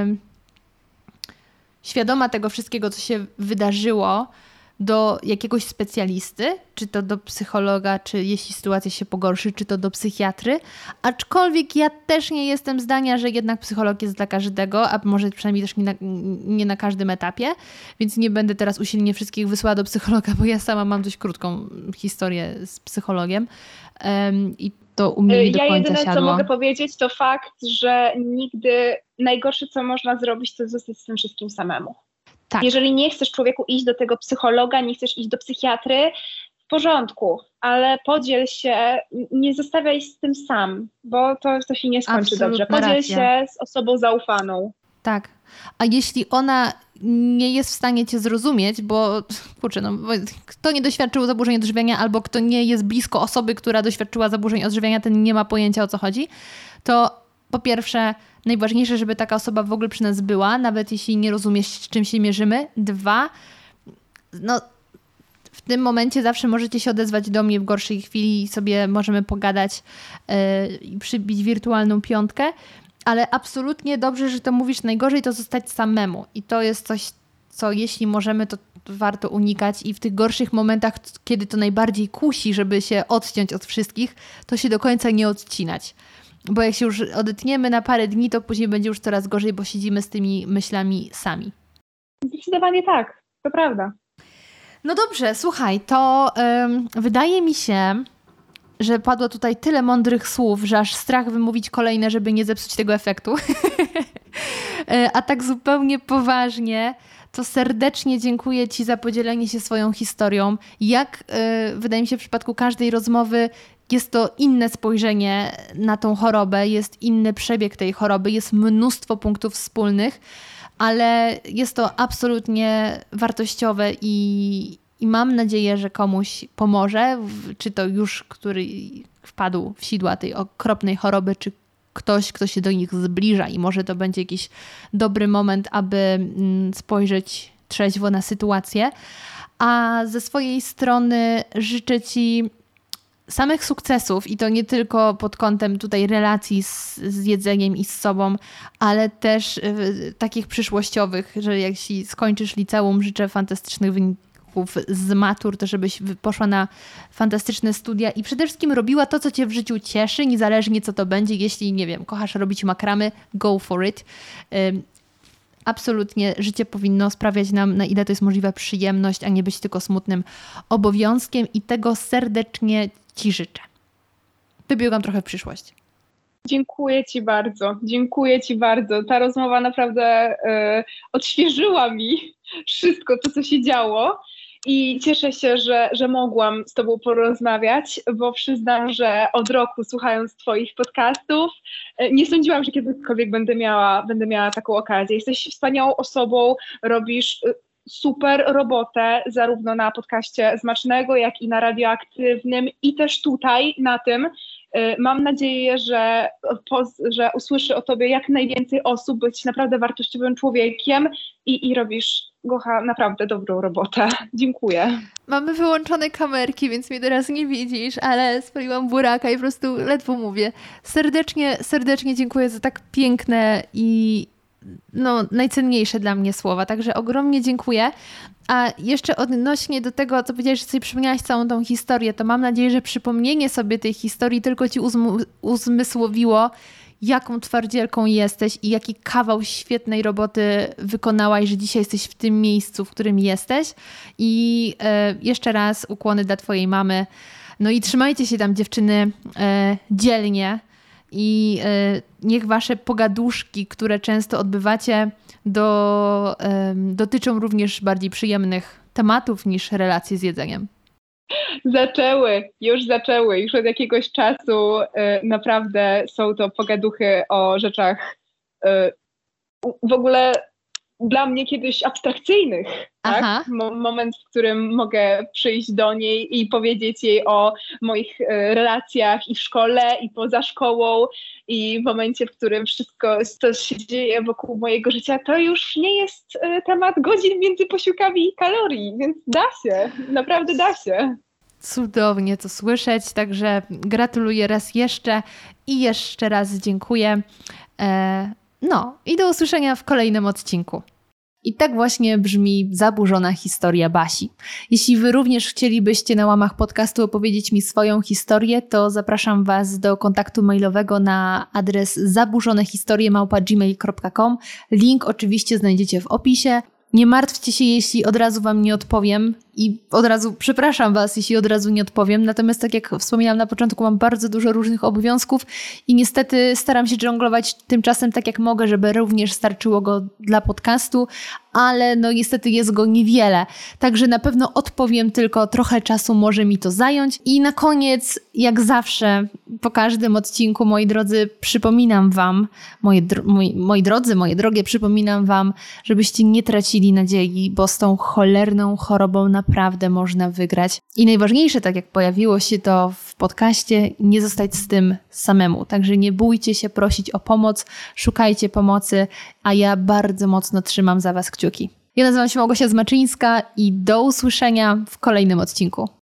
świadoma tego wszystkiego, co się wydarzyło, do jakiegoś specjalisty, czy to do psychologa, czy jeśli sytuacja się pogorszy, czy to do psychiatry. Aczkolwiek ja też nie jestem zdania, że jednak psycholog jest dla każdego, a może przynajmniej też nie na, nie na każdym etapie, więc nie będę teraz usilnie wszystkich wysłała do psychologa, bo ja sama mam dość krótką historię z psychologiem um, i to u mnie nie do końca siadło. Ja jedyne, siadło. co mogę powiedzieć, to fakt, że nigdy najgorsze, co można zrobić, to zostać z tym wszystkim samemu. Tak. Jeżeli nie chcesz, człowieku, iść do tego psychologa, nie chcesz iść do psychiatry, w porządku, ale podziel się, nie zostawiaj z tym sam, bo to, to się nie skończy Absolutna dobrze. Podziel racja. się z osobą zaufaną. Tak. A jeśli ona nie jest w stanie cię zrozumieć, bo kurczę, no, kto nie doświadczył zaburzeń odżywiania albo kto nie jest blisko osoby, która doświadczyła zaburzeń odżywiania, ten nie ma pojęcia, o co chodzi, to po pierwsze najważniejsze, żeby taka osoba w ogóle przy nas była, nawet jeśli nie rozumiesz, z czym się mierzymy. Dwa, no w tym momencie zawsze możecie się odezwać do mnie w gorszej chwili i sobie możemy pogadać i yy, przybić wirtualną piątkę, ale absolutnie dobrze, że to mówisz, najgorzej to zostać samemu i to jest coś, co jeśli możemy, to warto unikać i w tych gorszych momentach, kiedy to najbardziej kusi, żeby się odciąć od wszystkich, to się do końca nie odcinać. Bo jak się już odetniemy na parę dni, to później będzie już coraz gorzej, bo siedzimy z tymi myślami sami. Zdecydowanie tak, to prawda. No dobrze, słuchaj, to ym, wydaje mi się, że padło tutaj tyle mądrych słów, że aż strach wymówić kolejne, żeby nie zepsuć tego efektu. A tak zupełnie poważnie, to serdecznie dziękuję Ci za podzielenie się swoją historią. Jak yy, wydaje mi się w przypadku każdej rozmowy jest to inne spojrzenie na tą chorobę, jest inny przebieg tej choroby, jest mnóstwo punktów wspólnych, ale jest to absolutnie wartościowe i, i mam nadzieję, że komuś pomoże, czy to już, który wpadł w sidła tej okropnej choroby, czy ktoś, kto się do nich zbliża i może to będzie jakiś dobry moment, aby spojrzeć trzeźwo na sytuację. A ze swojej strony życzę Ci samych sukcesów i to nie tylko pod kątem tutaj relacji z, z jedzeniem i z sobą, ale też y, takich przyszłościowych, że jeśli skończysz liceum, życzę fantastycznych wyników z matur, to żebyś poszła na fantastyczne studia i przede wszystkim robiła to, co Cię w życiu cieszy, niezależnie co to będzie. Jeśli, nie wiem, kochasz robić makramy, go for it. Y, Absolutnie życie powinno sprawiać nam, na ile to jest możliwe, przyjemność, a nie być tylko smutnym obowiązkiem i tego serdecznie Ci życzę. Wybiegam trochę w przyszłość. Dziękuję Ci bardzo, dziękuję Ci bardzo. Ta rozmowa naprawdę y, odświeżyła mi wszystko to, co się działo i cieszę się, że, że mogłam z Tobą porozmawiać, bo przyznam, że od roku słuchając Twoich podcastów y, nie sądziłam, że kiedykolwiek będę miała, będę miała taką okazję. Jesteś wspaniałą osobą, robisz y, super robotę zarówno na podcaście Smacznego, jak i na Radioaktywnym i też tutaj na tym. Mam nadzieję, że, że usłyszy o Tobie jak najwięcej osób, bo jesteś naprawdę wartościowym człowiekiem i, i robisz, Gocha, naprawdę dobrą robotę. Dziękuję. Mamy wyłączone kamerki, więc mnie teraz nie widzisz, ale spaliłam buraka i po prostu ledwo mówię. Serdecznie, serdecznie dziękuję za tak piękne i no, najcenniejsze dla mnie słowa, także ogromnie dziękuję. A jeszcze odnośnie do tego, co powiedziałeś, że sobie przypomniałaś całą tą historię, to mam nadzieję, że przypomnienie sobie tej historii tylko Ci uzm- uzmysłowiło, jaką twardzielką jesteś i jaki kawał świetnej roboty wykonałaś, że dzisiaj jesteś w tym miejscu, w którym jesteś. I e, jeszcze raz ukłony dla Twojej mamy. No i trzymajcie się tam, dziewczyny, e, dzielnie. I y, niech wasze pogaduszki, które często odbywacie, do, y, dotyczą również bardziej przyjemnych tematów niż relacje z jedzeniem. Zaczęły, już zaczęły. Już od jakiegoś czasu y, naprawdę są to pogaduchy o rzeczach y, w ogóle dla mnie kiedyś abstrakcyjnych. Tak? Mo- moment, w którym mogę przyjść do niej i powiedzieć jej o moich y, relacjach i w szkole, i poza szkołą, i w momencie, w którym wszystko, co się dzieje wokół mojego życia, to już nie jest y, temat godzin między posiłkami i kalorii, więc da się, naprawdę da się. Cudownie to słyszeć, także gratuluję raz jeszcze i jeszcze raz dziękuję. E- no i do usłyszenia w kolejnym odcinku. I tak właśnie brzmi zaburzona historia Basi. Jeśli Wy również chcielibyście na łamach podcastu opowiedzieć mi swoją historię, to zapraszam Was do kontaktu mailowego na adres zaburzonehistorie małpa gmail kropka com. Link oczywiście znajdziecie w opisie. Nie martwcie się, jeśli od razu Wam nie odpowiem i od razu przepraszam Was, jeśli od razu nie odpowiem. Natomiast tak jak wspominałam na początku, mam bardzo dużo różnych obowiązków i niestety staram się dżonglować tymczasem tak jak mogę, żeby również starczyło go dla podcastu, ale no niestety jest go niewiele. Także na pewno odpowiem, tylko trochę czasu może mi to zająć. I na koniec, jak zawsze, po każdym odcinku, moi drodzy, przypominam Wam, moi, dro- moi, moi drodzy, moje drogie, przypominam Wam, żebyście nie tracili nadziei, bo z tą cholerną chorobą naprawdę można wygrać. I najważniejsze, tak jak pojawiło się to w podcaście, nie zostać z tym samemu. Także nie bójcie się prosić o pomoc, szukajcie pomocy, a ja bardzo mocno trzymam za Was kciuki. Ja nazywam się Małgosia Zmaczyńska i do usłyszenia w kolejnym odcinku.